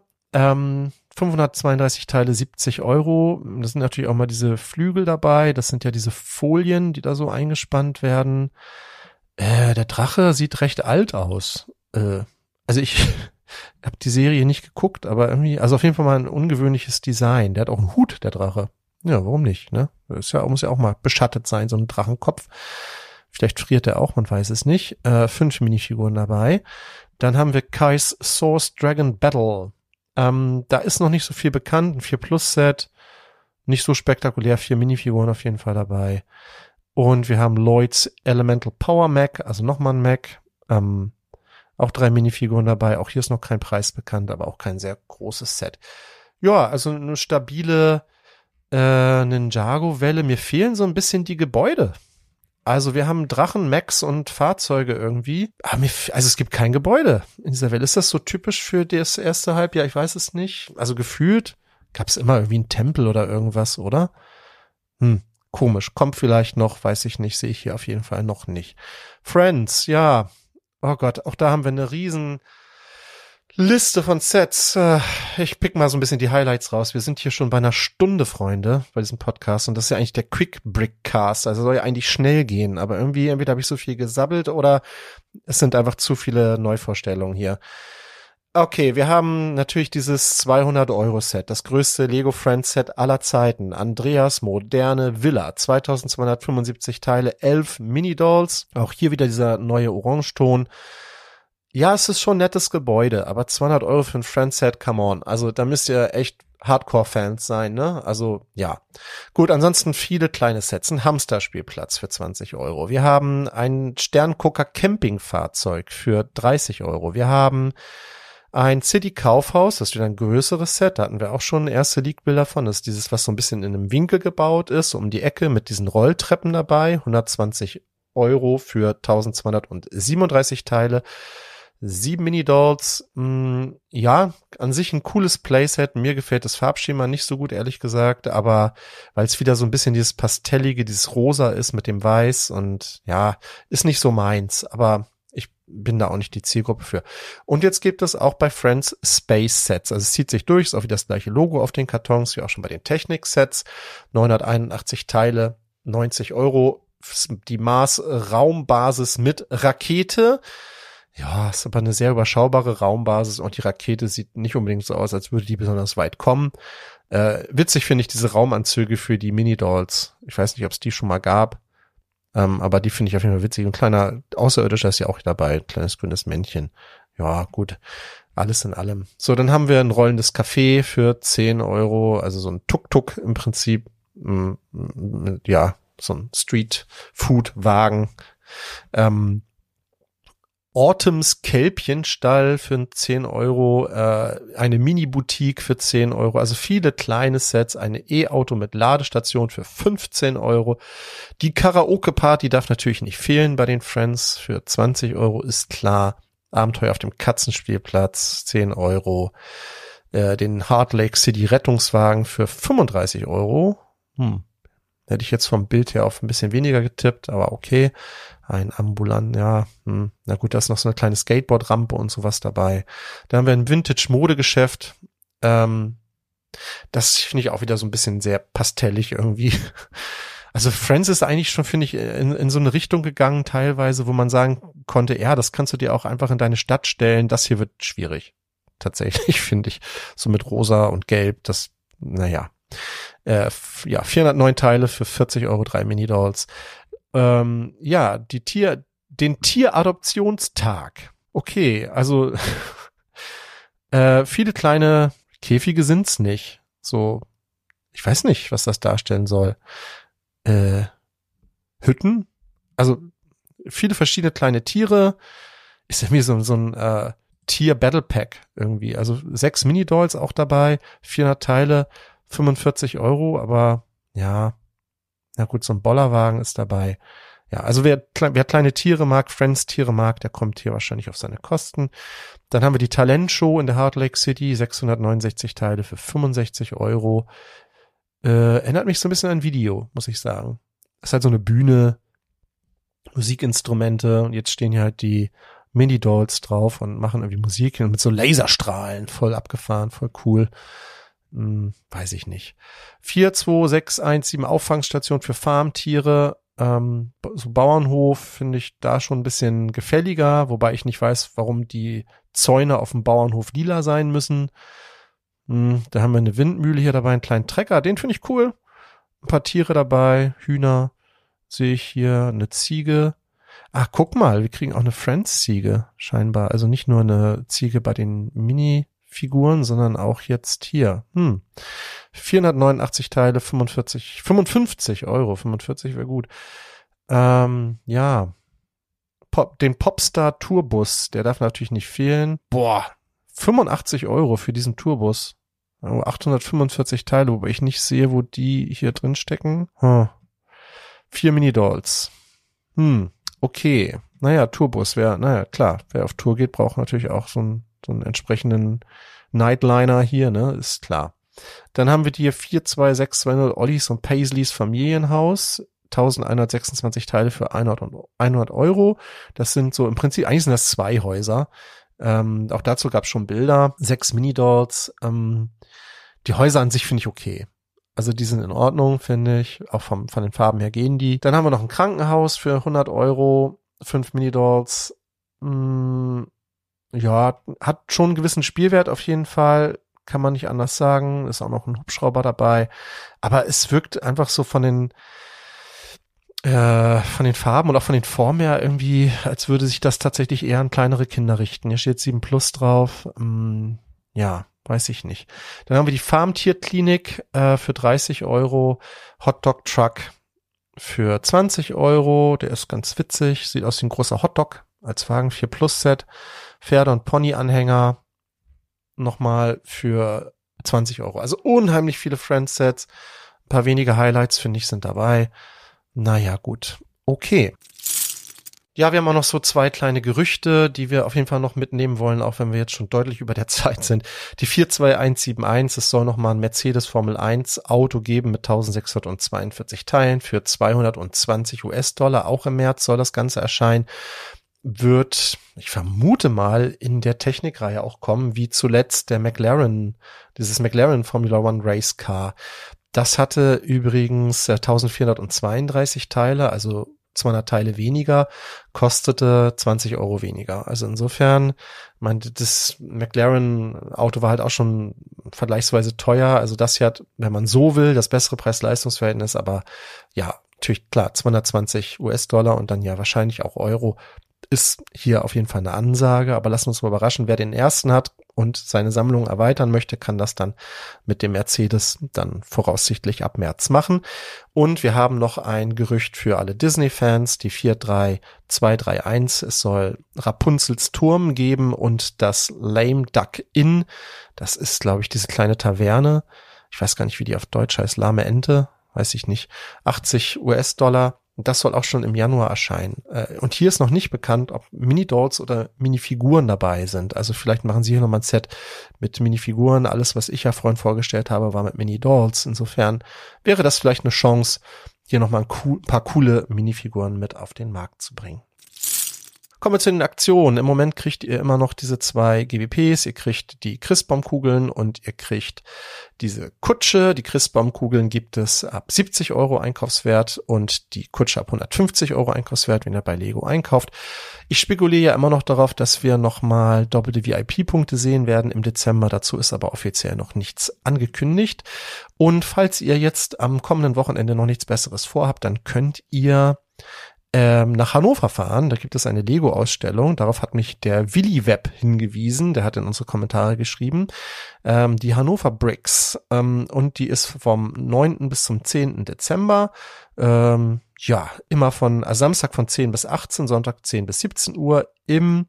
[SPEAKER 4] 532 Teile, 70 €. Das sind natürlich auch mal diese Flügel dabei. Das sind ja diese Folien, die da so eingespannt werden. Der Drache sieht recht alt aus. Also ich habe die Serie nicht geguckt, aber irgendwie, also auf jeden Fall mal ein ungewöhnliches Design. Der hat auch einen Hut, der Drache. Ja, warum nicht, ne? Muss ja auch mal beschattet sein, so ein Drachenkopf. Vielleicht friert er auch, man weiß es nicht. 5 Minifiguren dabei. Dann haben wir Kais Source Dragon Battle. Da ist noch nicht so viel bekannt. Ein 4 Plus Set. Nicht so spektakulär. 4 Minifiguren auf jeden Fall dabei. Und wir haben Lloyds Elemental Power Mac, also nochmal ein Mac. Auch 3 Minifiguren dabei. Auch hier ist noch kein Preis bekannt, aber auch kein sehr großes Set. Ja, also eine stabile Ninjago-Welle. Mir fehlen so ein bisschen die Gebäude. Also wir haben Drachen, Mechs und Fahrzeuge irgendwie. Aber also es gibt kein Gebäude in dieser Welle. Ist das so typisch für das erste Halbjahr? Ich weiß es nicht. Also gefühlt gab es immer irgendwie einen Tempel oder irgendwas, oder? Komisch. Kommt vielleicht noch, weiß ich nicht. Sehe ich hier auf jeden Fall noch nicht. Friends, ja. Oh Gott, auch da haben wir eine riesen Liste von Sets. Ich pick mal so ein bisschen die Highlights raus. Wir sind hier schon bei einer Stunde, Freunde, bei diesem Podcast. Und das ist ja eigentlich der Quick Brick Cast. Also soll ja eigentlich schnell gehen. Aber irgendwie, entweder habe ich so viel gesabbelt oder es sind einfach zu viele Neuvorstellungen hier. Okay, wir haben natürlich dieses 200-Euro-Set, das größte Lego Friends Set aller Zeiten. Andreas moderne Villa, 2275 Teile, 11 Mini-Dolls. Auch hier wieder dieser neue Orangeton. Ja, es ist schon ein nettes Gebäude, aber 200 Euro für ein Friends Set, come on. Also da müsst ihr echt Hardcore-Fans sein, ne? Also, ja. Gut, ansonsten viele kleine Sets. Ein Hamsterspielplatz für 20 Euro. Wir haben ein Sterngucker-Campingfahrzeug für 30 Euro. Wir haben ein City-Kaufhaus, das ist wieder ein größeres Set. Da hatten wir auch schon erste Leak-Bilder von. Das ist dieses, was so ein bisschen in einem Winkel gebaut ist, um die Ecke mit diesen Rolltreppen dabei. 120 Euro für 1237 Teile. 7 Mini-Dolls, ja, an sich ein cooles Playset. Mir gefällt das Farbschema nicht so gut, ehrlich gesagt, aber weil es wieder so ein bisschen dieses Pastellige, dieses Rosa ist mit dem Weiß und ja, ist nicht so meins, aber ich bin da auch nicht die Zielgruppe für. Und jetzt gibt es auch bei Friends Space Sets, also es zieht sich durch, ist auch wieder das gleiche Logo auf den Kartons, wie auch schon bei den Technik-Sets, 981 Teile, 90 Euro, die Mars-Raumbasis mit Rakete. Ja, ist aber eine sehr überschaubare Raumbasis und die Rakete sieht nicht unbedingt so aus, als würde die besonders weit kommen. Witzig finde ich diese Raumanzüge für die Mini-Dolls. Ich weiß nicht, ob es die schon mal gab, aber die finde ich auf jeden Fall witzig. Ein kleiner Außerirdischer ist ja auch dabei, ein kleines grünes Männchen. Ja, gut, alles in allem. So, dann haben wir ein rollendes Café für 10 Euro, also so ein Tuk-Tuk im Prinzip. Ja, so ein Street-Food-Wagen. Autumns Kälbchenstall für 10 Euro, eine Mini-Boutique für 10 Euro, also viele kleine Sets, eine E-Auto mit Ladestation für 15 Euro. Die Karaoke-Party darf natürlich nicht fehlen bei den Friends, für 20 Euro ist klar. Abenteuer auf dem Katzenspielplatz, 10 Euro. Den Heart Lake City Rettungswagen für 35 Euro. Hätte ich jetzt vom Bild her auf ein bisschen weniger getippt, aber okay. Ein ambulant, ja, na gut, da ist noch so eine kleine Skateboard-Rampe und sowas dabei. Da haben wir ein Vintage-Modegeschäft. Das finde ich auch wieder so ein bisschen sehr pastellig irgendwie. Also Friends ist eigentlich schon, finde ich, in so eine Richtung gegangen teilweise, wo man sagen konnte, ja, das kannst du dir auch einfach in deine Stadt stellen. Das hier wird schwierig. Tatsächlich, finde ich. So mit rosa und gelb, das, naja. Ja, 409 Teile für 40 Euro, 3 Mini-Dolls. Ja, den Tieradoptionstag. Okay, also viele kleine Käfige sind's nicht. So, ich weiß nicht, was das darstellen soll. Hütten? Also viele verschiedene kleine Tiere. Ist ja mir so ein Tier-Battle-Pack irgendwie. Also 6 Mini-Dolls auch dabei, 400 Teile, 45 Euro, aber ja, na gut, so ein Bollerwagen ist dabei. Ja, also wer kleine Tiere mag, Friends Tiere mag, der kommt hier wahrscheinlich auf seine Kosten. Dann haben wir die Talentshow in der Heart Lake City, 669 Teile für 65 Euro. Erinnert mich so ein bisschen an ein Video, muss ich sagen. Ist halt so eine Bühne, Musikinstrumente und jetzt stehen hier halt die Mini-Dolls drauf und machen irgendwie Musik mit so Laserstrahlen, voll abgefahren, voll cool. Weiß ich nicht. 42617 Auffangstation für Farmtiere, so Bauernhof finde ich da schon ein bisschen gefälliger, wobei ich nicht weiß, warum die Zäune auf dem Bauernhof lila sein müssen. Da haben wir eine Windmühle hier dabei, einen kleinen Trecker, den finde ich cool. Ein paar Tiere dabei, Hühner sehe ich hier, eine Ziege. Ach, guck mal, wir kriegen auch eine Friends-Ziege scheinbar. Also nicht nur eine Ziege bei den Mini-Figuren, sondern auch jetzt hier. 489 Teile, 55 Euro. 45 wäre gut. Ja. Den Popstar Tourbus, der darf natürlich nicht fehlen. Boah, 85 Euro für diesen Tourbus. 845 Teile, wobei ich nicht sehe, wo die hier drin stecken. 4 Mini-Dolls. Okay. Naja, Tourbus wäre, klar, wer auf Tour geht, braucht natürlich auch so einen entsprechenden Nightliner hier, ne, ist klar. Dann haben wir die hier 42620 Ollis und Paisleys Familienhaus. 1126 Teile für 100 Euro. Das sind so, im Prinzip, eigentlich sind das 2 Häuser. Auch dazu gab es schon Bilder. 6 Mini-Dolls. Die Häuser an sich finde ich okay. Also die sind in Ordnung, finde ich. Auch von den Farben her gehen die. Dann haben wir noch ein Krankenhaus für 100 Euro. 5 Mini-Dolls. ja, hat schon einen gewissen Spielwert auf jeden Fall, kann man nicht anders sagen. Ist auch noch ein Hubschrauber dabei. Aber es wirkt einfach so von den Farben und auch von den Formen her irgendwie, als würde sich das tatsächlich eher an kleinere Kinder richten. Hier steht 7 Plus drauf. Ja, weiß ich nicht. Dann haben wir die Farmtierklinik für 30 €, Hotdog Truck für 20 €. Der ist ganz witzig, sieht aus wie ein großer Hotdog als Wagen 4 Plus Set. Pferde- und Pony-Anhänger nochmal für 20 €. Also unheimlich viele Friends-Sets. Ein paar wenige Highlights, finde ich, sind dabei. Naja, gut. Okay. Ja, wir haben auch noch so 2 kleine Gerüchte, die wir auf jeden Fall noch mitnehmen wollen, auch wenn wir jetzt schon deutlich über der Zeit sind. Die 42171, es soll nochmal ein Mercedes Formel 1 Auto geben mit 1642 Teilen für $220. Auch im März soll das Ganze erscheinen. Wird, ich vermute mal, in der Technikreihe auch kommen, wie zuletzt der McLaren, dieses McLaren Formula One Race Car. Das hatte übrigens 1432 Teile, also 200 Teile weniger, kostete 20 € weniger. Also insofern, das McLaren-Auto war halt auch schon vergleichsweise teuer. Also das hier hat, wenn man so will, das bessere Preis-Leistungs-Verhältnis, aber ja, natürlich klar, $220 und dann ja wahrscheinlich auch Euro. Ist hier auf jeden Fall eine Ansage, aber lassen wir uns mal überraschen, wer den ersten hat und seine Sammlung erweitern möchte, kann das dann mit dem Mercedes dann voraussichtlich ab März machen. Und wir haben noch ein Gerücht für alle Disney-Fans, die 43231. Es soll Rapunzels Turm geben und das Lame Duck Inn. Das ist, glaube ich, diese kleine Taverne. Ich weiß gar nicht, wie die auf Deutsch heißt. Lahme Ente, weiß ich nicht. $80. Und das soll auch schon im Januar erscheinen. Und hier ist noch nicht bekannt, ob Mini-Dolls oder Minifiguren dabei sind. Also vielleicht machen sie hier nochmal ein Set mit Minifiguren. Alles, was ich ja vorhin vorgestellt habe, war mit Mini-Dolls. Insofern wäre das vielleicht eine Chance, hier nochmal ein paar coole Minifiguren mit auf den Markt zu bringen. Kommen wir zu den Aktionen. Im Moment kriegt ihr immer noch diese 2 GBPs. Ihr kriegt die Christbaumkugeln und ihr kriegt diese Kutsche. Die Christbaumkugeln gibt es ab 70 € Einkaufswert und die Kutsche ab 150 € Einkaufswert, wenn ihr bei Lego einkauft. Ich spekuliere ja immer noch darauf, dass wir nochmal doppelte VIP-Punkte sehen werden im Dezember. Dazu ist aber offiziell noch nichts angekündigt. Und falls ihr jetzt am kommenden Wochenende noch nichts Besseres vorhabt, dann könnt ihr nach Hannover fahren. Da gibt es eine Lego-Ausstellung. Darauf hat mich der Willi Web hingewiesen. Der hat in unsere Kommentare geschrieben. Die Hannover Bricks. Und die ist vom 9. bis zum 10. Dezember. Ja, immer Samstag von 10 bis 18, Sonntag 10 bis 17 Uhr im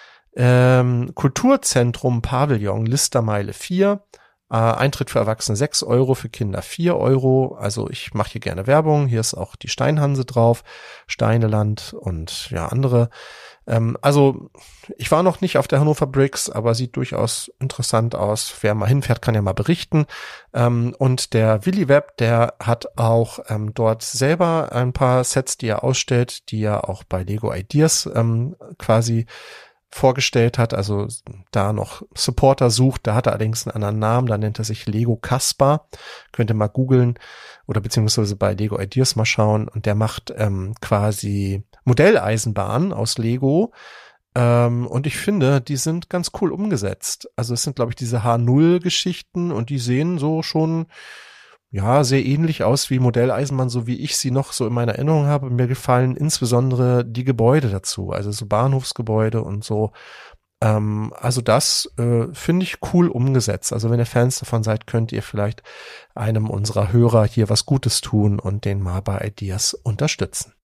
[SPEAKER 4] Kulturzentrum Pavillon Listermeile 4. Eintritt für Erwachsene 6 €, für Kinder 4 €. Also ich mache hier gerne Werbung. Hier ist auch die Steinhanse drauf, Steineland und ja andere. Also ich war noch nicht auf der Hannover Bricks, aber sieht durchaus interessant aus. Wer mal hinfährt, kann ja mal berichten. Und der Willi Web, der hat auch dort selber ein paar Sets, die er ausstellt, die er auch bei Lego Ideas quasi vorgestellt hat, also da noch Supporter sucht, da hat er allerdings einen anderen Namen, da nennt er sich Lego Kaspar, könnt ihr mal googeln oder beziehungsweise bei Lego Ideas mal schauen und der macht quasi Modelleisenbahnen aus Lego und ich finde, die sind ganz cool umgesetzt, also es sind glaube ich diese H0-Geschichten und die sehen so schon ja, sehr ähnlich aus wie Modelleisenbahn, so wie ich sie noch so in meiner Erinnerung habe. Mir gefallen insbesondere die Gebäude dazu, also so Bahnhofsgebäude und so. Also das finde ich cool umgesetzt. Also wenn ihr Fans davon seid, könnt ihr vielleicht einem unserer Hörer hier was Gutes tun und den mal bei Ideas unterstützen.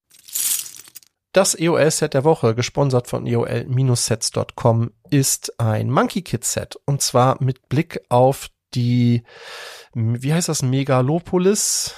[SPEAKER 4] Das EOL-Set der Woche, gesponsert von eol-sets.com, ist ein Monkey Kid Set und zwar mit Blick auf die, wie heißt das, Megalopolis?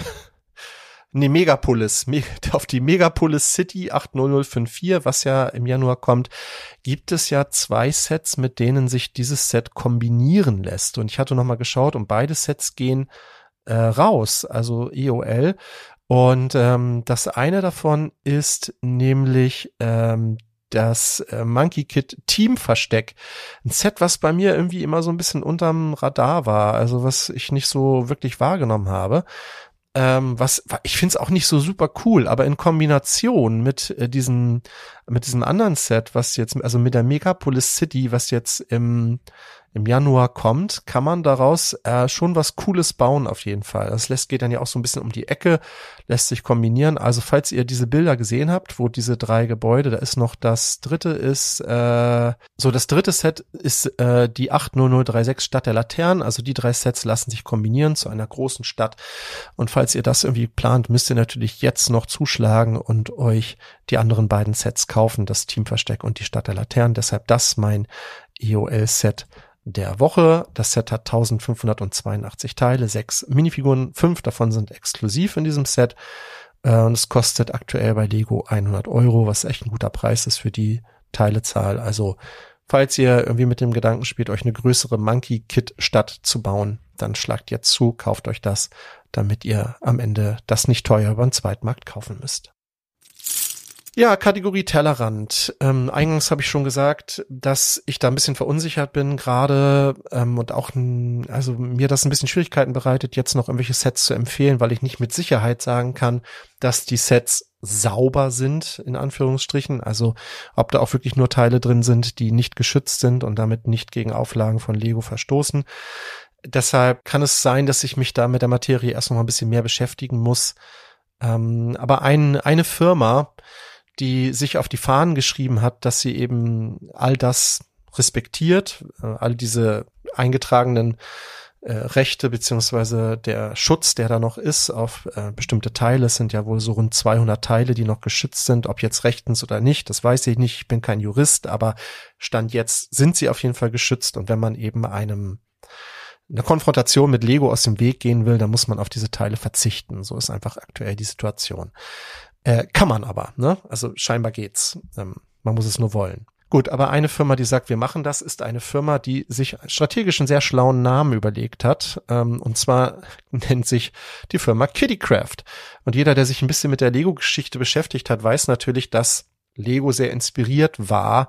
[SPEAKER 4] Nee, Megapolis, auf die Megapolis City 80054, was ja im Januar kommt, gibt es ja 2 Sets, mit denen sich dieses Set kombinieren lässt. Und ich hatte nochmal geschaut und beide Sets gehen raus, also EOL. Und das eine davon ist nämlich das Monkey Kid Team Versteck. Ein Set, was bei mir irgendwie immer so ein bisschen unterm Radar war, also was ich nicht so wirklich wahrgenommen habe. ich finde es auch nicht so super cool, aber in Kombination mit diesem anderen Set, was jetzt, also mit der Megapolis City, was jetzt im Januar kommt, kann man daraus schon was Cooles bauen auf jeden Fall. Das geht dann ja auch so ein bisschen um die Ecke, lässt sich kombinieren. Also falls ihr diese Bilder gesehen habt, wo diese 3 Gebäude, da ist noch das dritte das dritte Set ist die 80036 Stadt der Laternen. Also die 3 Sets lassen sich kombinieren zu einer großen Stadt. Und falls ihr das irgendwie plant, müsst ihr natürlich jetzt noch zuschlagen und euch die anderen beiden Sets kaufen, das Teamversteck und die Stadt der Laternen. Deshalb das mein EOL-Set der Woche. Das Set hat 1582 Teile, 6 Minifiguren, 5 davon sind exklusiv in diesem Set. Und es kostet aktuell bei Lego 100 €, was echt ein guter Preis ist für die Teilezahl. Also falls ihr irgendwie mit dem Gedanken spielt, euch eine größere Monkey-Kit-Stadt zu bauen, dann schlagt jetzt zu, kauft euch das, damit ihr am Ende das nicht teuer über den Zweitmarkt kaufen müsst. Ja, Kategorie Tellerrand. Eingangs habe ich schon gesagt, dass ich da ein bisschen verunsichert bin gerade und auch also mir das ein bisschen Schwierigkeiten bereitet, jetzt noch irgendwelche Sets zu empfehlen, weil ich nicht mit Sicherheit sagen kann, dass die Sets sauber sind, in Anführungsstrichen. Also ob da auch wirklich nur Teile drin sind, die nicht geschützt sind und damit nicht gegen Auflagen von Lego verstoßen. Deshalb kann es sein, dass ich mich da mit der Materie erst noch mal ein bisschen mehr beschäftigen muss. Aber eine Firma, die sich auf die Fahnen geschrieben hat, dass sie eben all das respektiert, all diese eingetragenen Rechte beziehungsweise der Schutz, der da noch ist auf bestimmte Teile. Es sind ja wohl so rund 200 Teile, die noch geschützt sind, ob jetzt rechtens oder nicht, das weiß ich nicht, ich bin kein Jurist, aber Stand jetzt sind sie auf jeden Fall geschützt und wenn man eben eine Konfrontation mit Lego aus dem Weg gehen will, dann muss man auf diese Teile verzichten. So ist einfach aktuell die Situation. Kann man aber, ne? Also scheinbar geht's. Man muss es nur wollen. Gut, aber eine Firma, die sagt, wir machen das, ist eine Firma, die sich strategisch einen sehr schlauen Namen überlegt hat. Und zwar nennt sich die Firma Kiddicraft. Und jeder, der sich ein bisschen mit der Lego-Geschichte beschäftigt hat, weiß natürlich, dass Lego sehr inspiriert war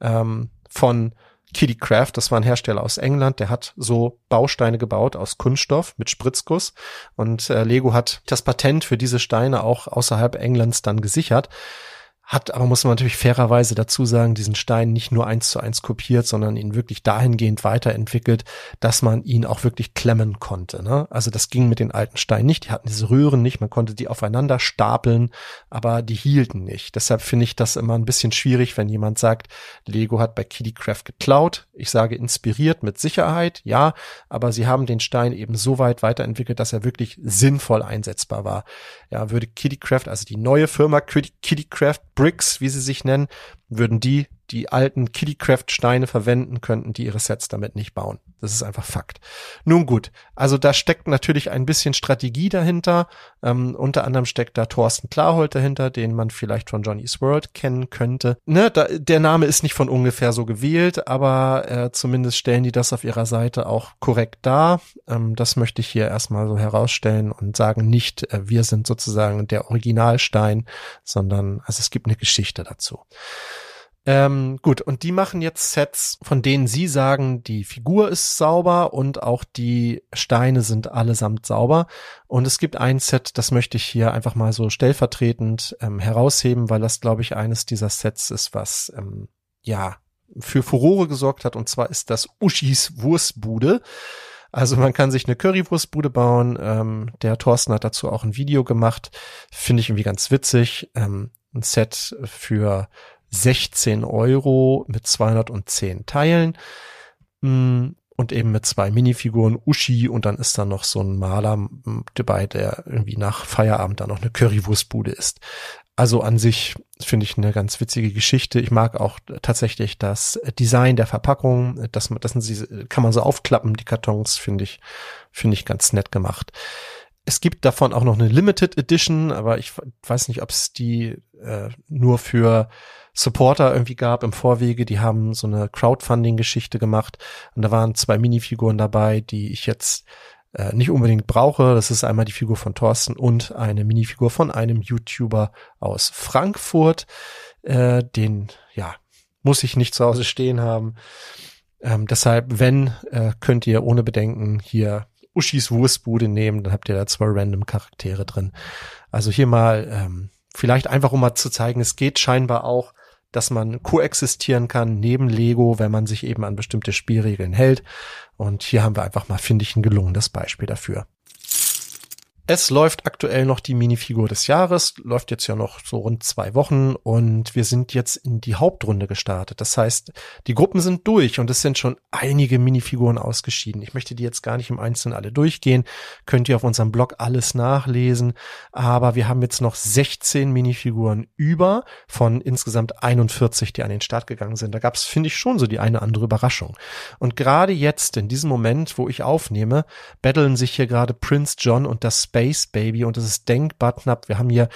[SPEAKER 4] von Kiddicraft. Das war ein Hersteller aus England, der hat so Bausteine gebaut aus Kunststoff mit Spritzguss und Lego hat das Patent für diese Steine auch außerhalb Englands dann gesichert. Hat aber, muss man natürlich fairerweise dazu sagen, diesen Stein nicht nur 1:1 kopiert, sondern ihn wirklich dahingehend weiterentwickelt, dass man ihn auch wirklich klemmen konnte, ne? Also das ging mit den alten Steinen nicht, die hatten diese Röhren nicht, man konnte die aufeinander stapeln, aber die hielten nicht. Deshalb finde ich das immer ein bisschen schwierig, wenn jemand sagt, Lego hat bei Kiddicraft geklaut. Ich sage inspiriert mit Sicherheit, ja, aber sie haben den Stein eben so weit weiterentwickelt, dass er wirklich sinnvoll einsetzbar war. Ja, würde Kiddicraft, also die neue Firma Kiddicraft Bricks, wie sie sich nennen, würden die alten Kiddicraft-Steine verwenden, könnten die ihre Sets damit nicht bauen. Das ist einfach Fakt. Nun gut, also da steckt natürlich ein bisschen Strategie dahinter. Unter anderem steckt da Thorsten Klarholt dahinter, den man vielleicht von Johnny's World kennen könnte. Ne, der Name ist nicht von ungefähr so gewählt, aber zumindest stellen die das auf ihrer Seite auch korrekt dar. Das möchte ich hier erstmal so herausstellen und sagen nicht, wir sind sozusagen der Originalstein, sondern also es gibt eine Geschichte dazu. Gut, und die machen jetzt Sets, von denen sie sagen, die Figur ist sauber und auch die Steine sind allesamt sauber. Und es gibt ein Set, das möchte ich hier einfach mal so stellvertretend herausheben, weil das, glaube ich, eines dieser Sets ist, was für Furore gesorgt hat. Und zwar ist das Uschis Wurstbude. Also man kann sich eine Currywurstbude bauen. Der Thorsten hat dazu auch ein Video gemacht. Finde ich irgendwie ganz witzig. Ein Set für 16 € mit 210 Teilen und eben mit 2 Minifiguren Uschi und dann ist da noch so ein Maler dabei, der irgendwie nach Feierabend da noch eine Currywurstbude ist. Also an sich finde ich eine ganz witzige Geschichte. Ich mag auch tatsächlich das Design der Verpackung. Kann man so aufklappen, die Kartons, finde ich ganz nett gemacht. Es gibt davon auch noch eine Limited Edition, aber ich weiß nicht, ob es die nur für Supporter irgendwie gab im Vorwege. Die haben so eine Crowdfunding-Geschichte gemacht und da waren 2 Minifiguren dabei, die ich jetzt nicht unbedingt brauche. Das ist einmal die Figur von Thorsten und eine Minifigur von einem YouTuber aus Frankfurt. Den muss ich nicht zu Hause stehen haben. Deshalb, könnt ihr ohne Bedenken hier Uschis Wurstbude nehmen, dann habt ihr da 2 random Charaktere drin. Also hier mal vielleicht einfach, um mal zu zeigen, es geht scheinbar auch, dass man koexistieren kann neben Lego, wenn man sich eben an bestimmte Spielregeln hält. Und hier haben wir einfach mal, finde ich, ein gelungenes Beispiel dafür. Es läuft aktuell noch die Minifigur des Jahres, läuft jetzt ja noch so rund 2 Wochen und wir sind jetzt in die Hauptrunde gestartet. Das heißt, die Gruppen sind durch und es sind schon einige Minifiguren ausgeschieden. Ich möchte die jetzt gar nicht im Einzelnen alle durchgehen, könnt ihr auf unserem Blog alles nachlesen, aber wir haben jetzt noch 16 Minifiguren über von insgesamt 41, die an den Start gegangen sind. Da gab es, finde ich, schon so die eine andere Überraschung. Und gerade jetzt, in diesem Moment, wo ich aufnehme, battlen sich hier gerade Prince John und das Space Baby und es ist denkbar knapp. Wir haben hier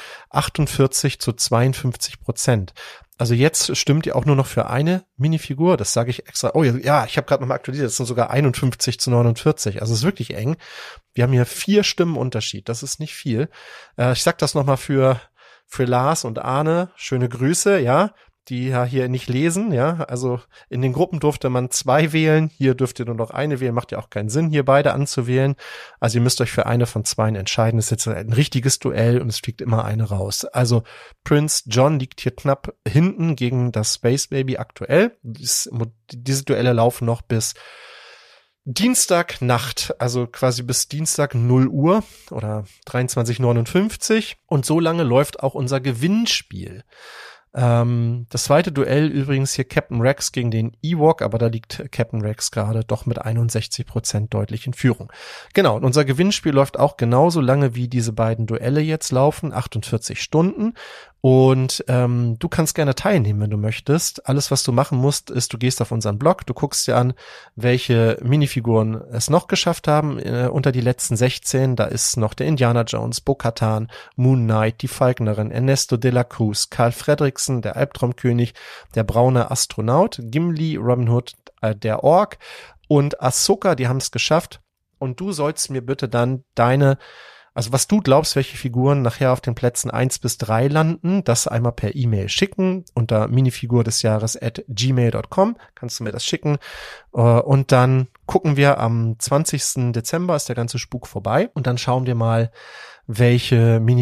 [SPEAKER 4] 48-52%. Also jetzt stimmt ihr auch nur noch für eine Minifigur. Das sage ich extra. Oh ja, ich habe gerade nochmal aktualisiert. Das sind sogar 51-49. Also es ist wirklich eng. Wir haben hier 4 Stimmen Unterschied. Das ist nicht viel. Ich sag das nochmal für Lars und Arne. Schöne Grüße, ja. Die ja hier nicht lesen, ja, also in den Gruppen durfte man 2 wählen, hier dürft ihr nur noch eine wählen, macht ja auch keinen Sinn, hier beide anzuwählen, also ihr müsst euch für eine von 2 entscheiden, das ist jetzt ein richtiges Duell und es fliegt immer eine raus, also Prince John liegt hier knapp hinten gegen das Space Baby aktuell, diese Duelle laufen noch bis Dienstagnacht, also quasi bis Dienstag 0 Uhr oder 23:59 und so lange läuft auch unser Gewinnspiel. Das zweite Duell übrigens hier Captain Rex gegen den Ewok, aber da liegt Captain Rex gerade doch mit 61% deutlich in Führung. Genau, und unser Gewinnspiel läuft auch genauso lange wie diese beiden Duelle jetzt laufen, 48 Stunden. Und du kannst gerne teilnehmen, wenn du möchtest. Alles, was du machen musst, ist, du gehst auf unseren Blog, du guckst dir an, welche Minifiguren es noch geschafft haben unter die letzten 16. Da ist noch der Indiana Jones, Bo-Katan, Moon Knight, die Falknerin, Ernesto de la Cruz, Karl Fredricksen, der Albtraumkönig, der braune Astronaut, Gimli, Robin Hood, der Ork und Ahsoka, die haben es geschafft. Und du sollst mir bitte dann also was du glaubst, welche Figuren nachher auf den Plätzen 1 bis 3 landen, das einmal per E-Mail schicken unter minifigurdesjahres@gmail.com, kannst du mir das schicken und dann gucken wir am 20. Dezember ist der ganze Spuk vorbei und dann schauen wir mal, welche 3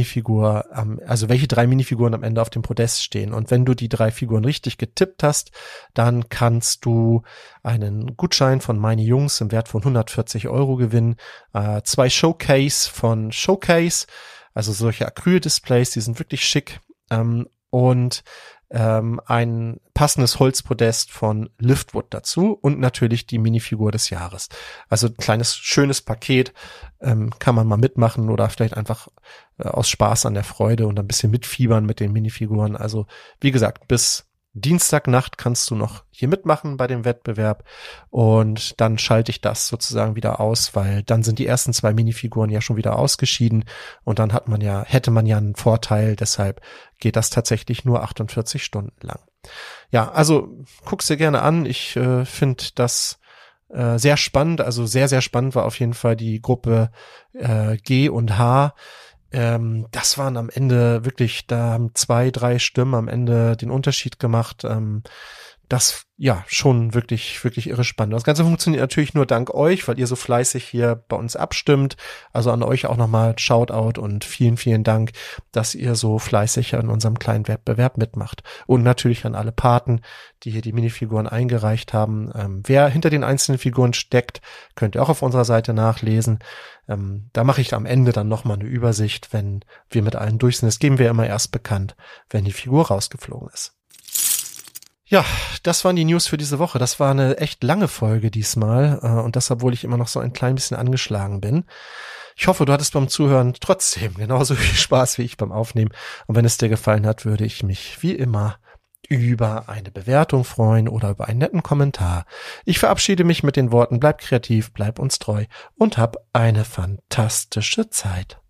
[SPEAKER 4] Minifiguren am Ende auf dem Podest stehen. Und wenn du die 3 Figuren richtig getippt hast, dann kannst du einen Gutschein von Meine Jungs im Wert von 140 € gewinnen, 2 Showcase von Showcase, also solche Acryl-Displays, die sind wirklich schick, und ein passendes Holzpodest von Liftwood dazu und natürlich die Minifigur des Jahres. Also ein kleines, schönes Paket, kann man mal mitmachen oder vielleicht einfach aus Spaß an der Freude und ein bisschen mitfiebern mit den Minifiguren. Also wie gesagt, bis Dienstagnacht kannst du noch hier mitmachen bei dem Wettbewerb und dann schalte ich das sozusagen wieder aus, weil dann sind die ersten 2 Minifiguren ja schon wieder ausgeschieden und dann hätte man ja einen Vorteil, deshalb geht das tatsächlich nur 48 Stunden lang. Ja, also guck's dir gerne an, ich finde das sehr spannend, also sehr, sehr spannend war auf jeden Fall die Gruppe G und H. Das waren am Ende wirklich, da haben 2, 3 Stimmen am Ende den Unterschied gemacht. Das, ja, schon wirklich, wirklich irre spannend. Das Ganze funktioniert natürlich nur dank euch, weil ihr so fleißig hier bei uns abstimmt. Also an euch auch nochmal Shoutout und vielen, vielen Dank, dass ihr so fleißig an unserem kleinen Wettbewerb mitmacht. Und natürlich an alle Paten, die hier die Minifiguren eingereicht haben. Wer hinter den einzelnen Figuren steckt, könnt ihr auch auf unserer Seite nachlesen. Da mache ich am Ende dann nochmal eine Übersicht, wenn wir mit allen durch sind. Das geben wir immer erst bekannt, wenn die Figur rausgeflogen ist. Ja, das waren die News für diese Woche. Das war eine echt lange Folge diesmal und das, obwohl ich immer noch so ein klein bisschen angeschlagen bin. Ich hoffe, du hattest beim Zuhören trotzdem genauso viel Spaß wie ich beim Aufnehmen. Und wenn es dir gefallen hat, würde ich mich wie immer über eine Bewertung freuen oder über einen netten Kommentar. Ich verabschiede mich mit den Worten: Bleib kreativ, bleib uns treu und hab eine fantastische Zeit.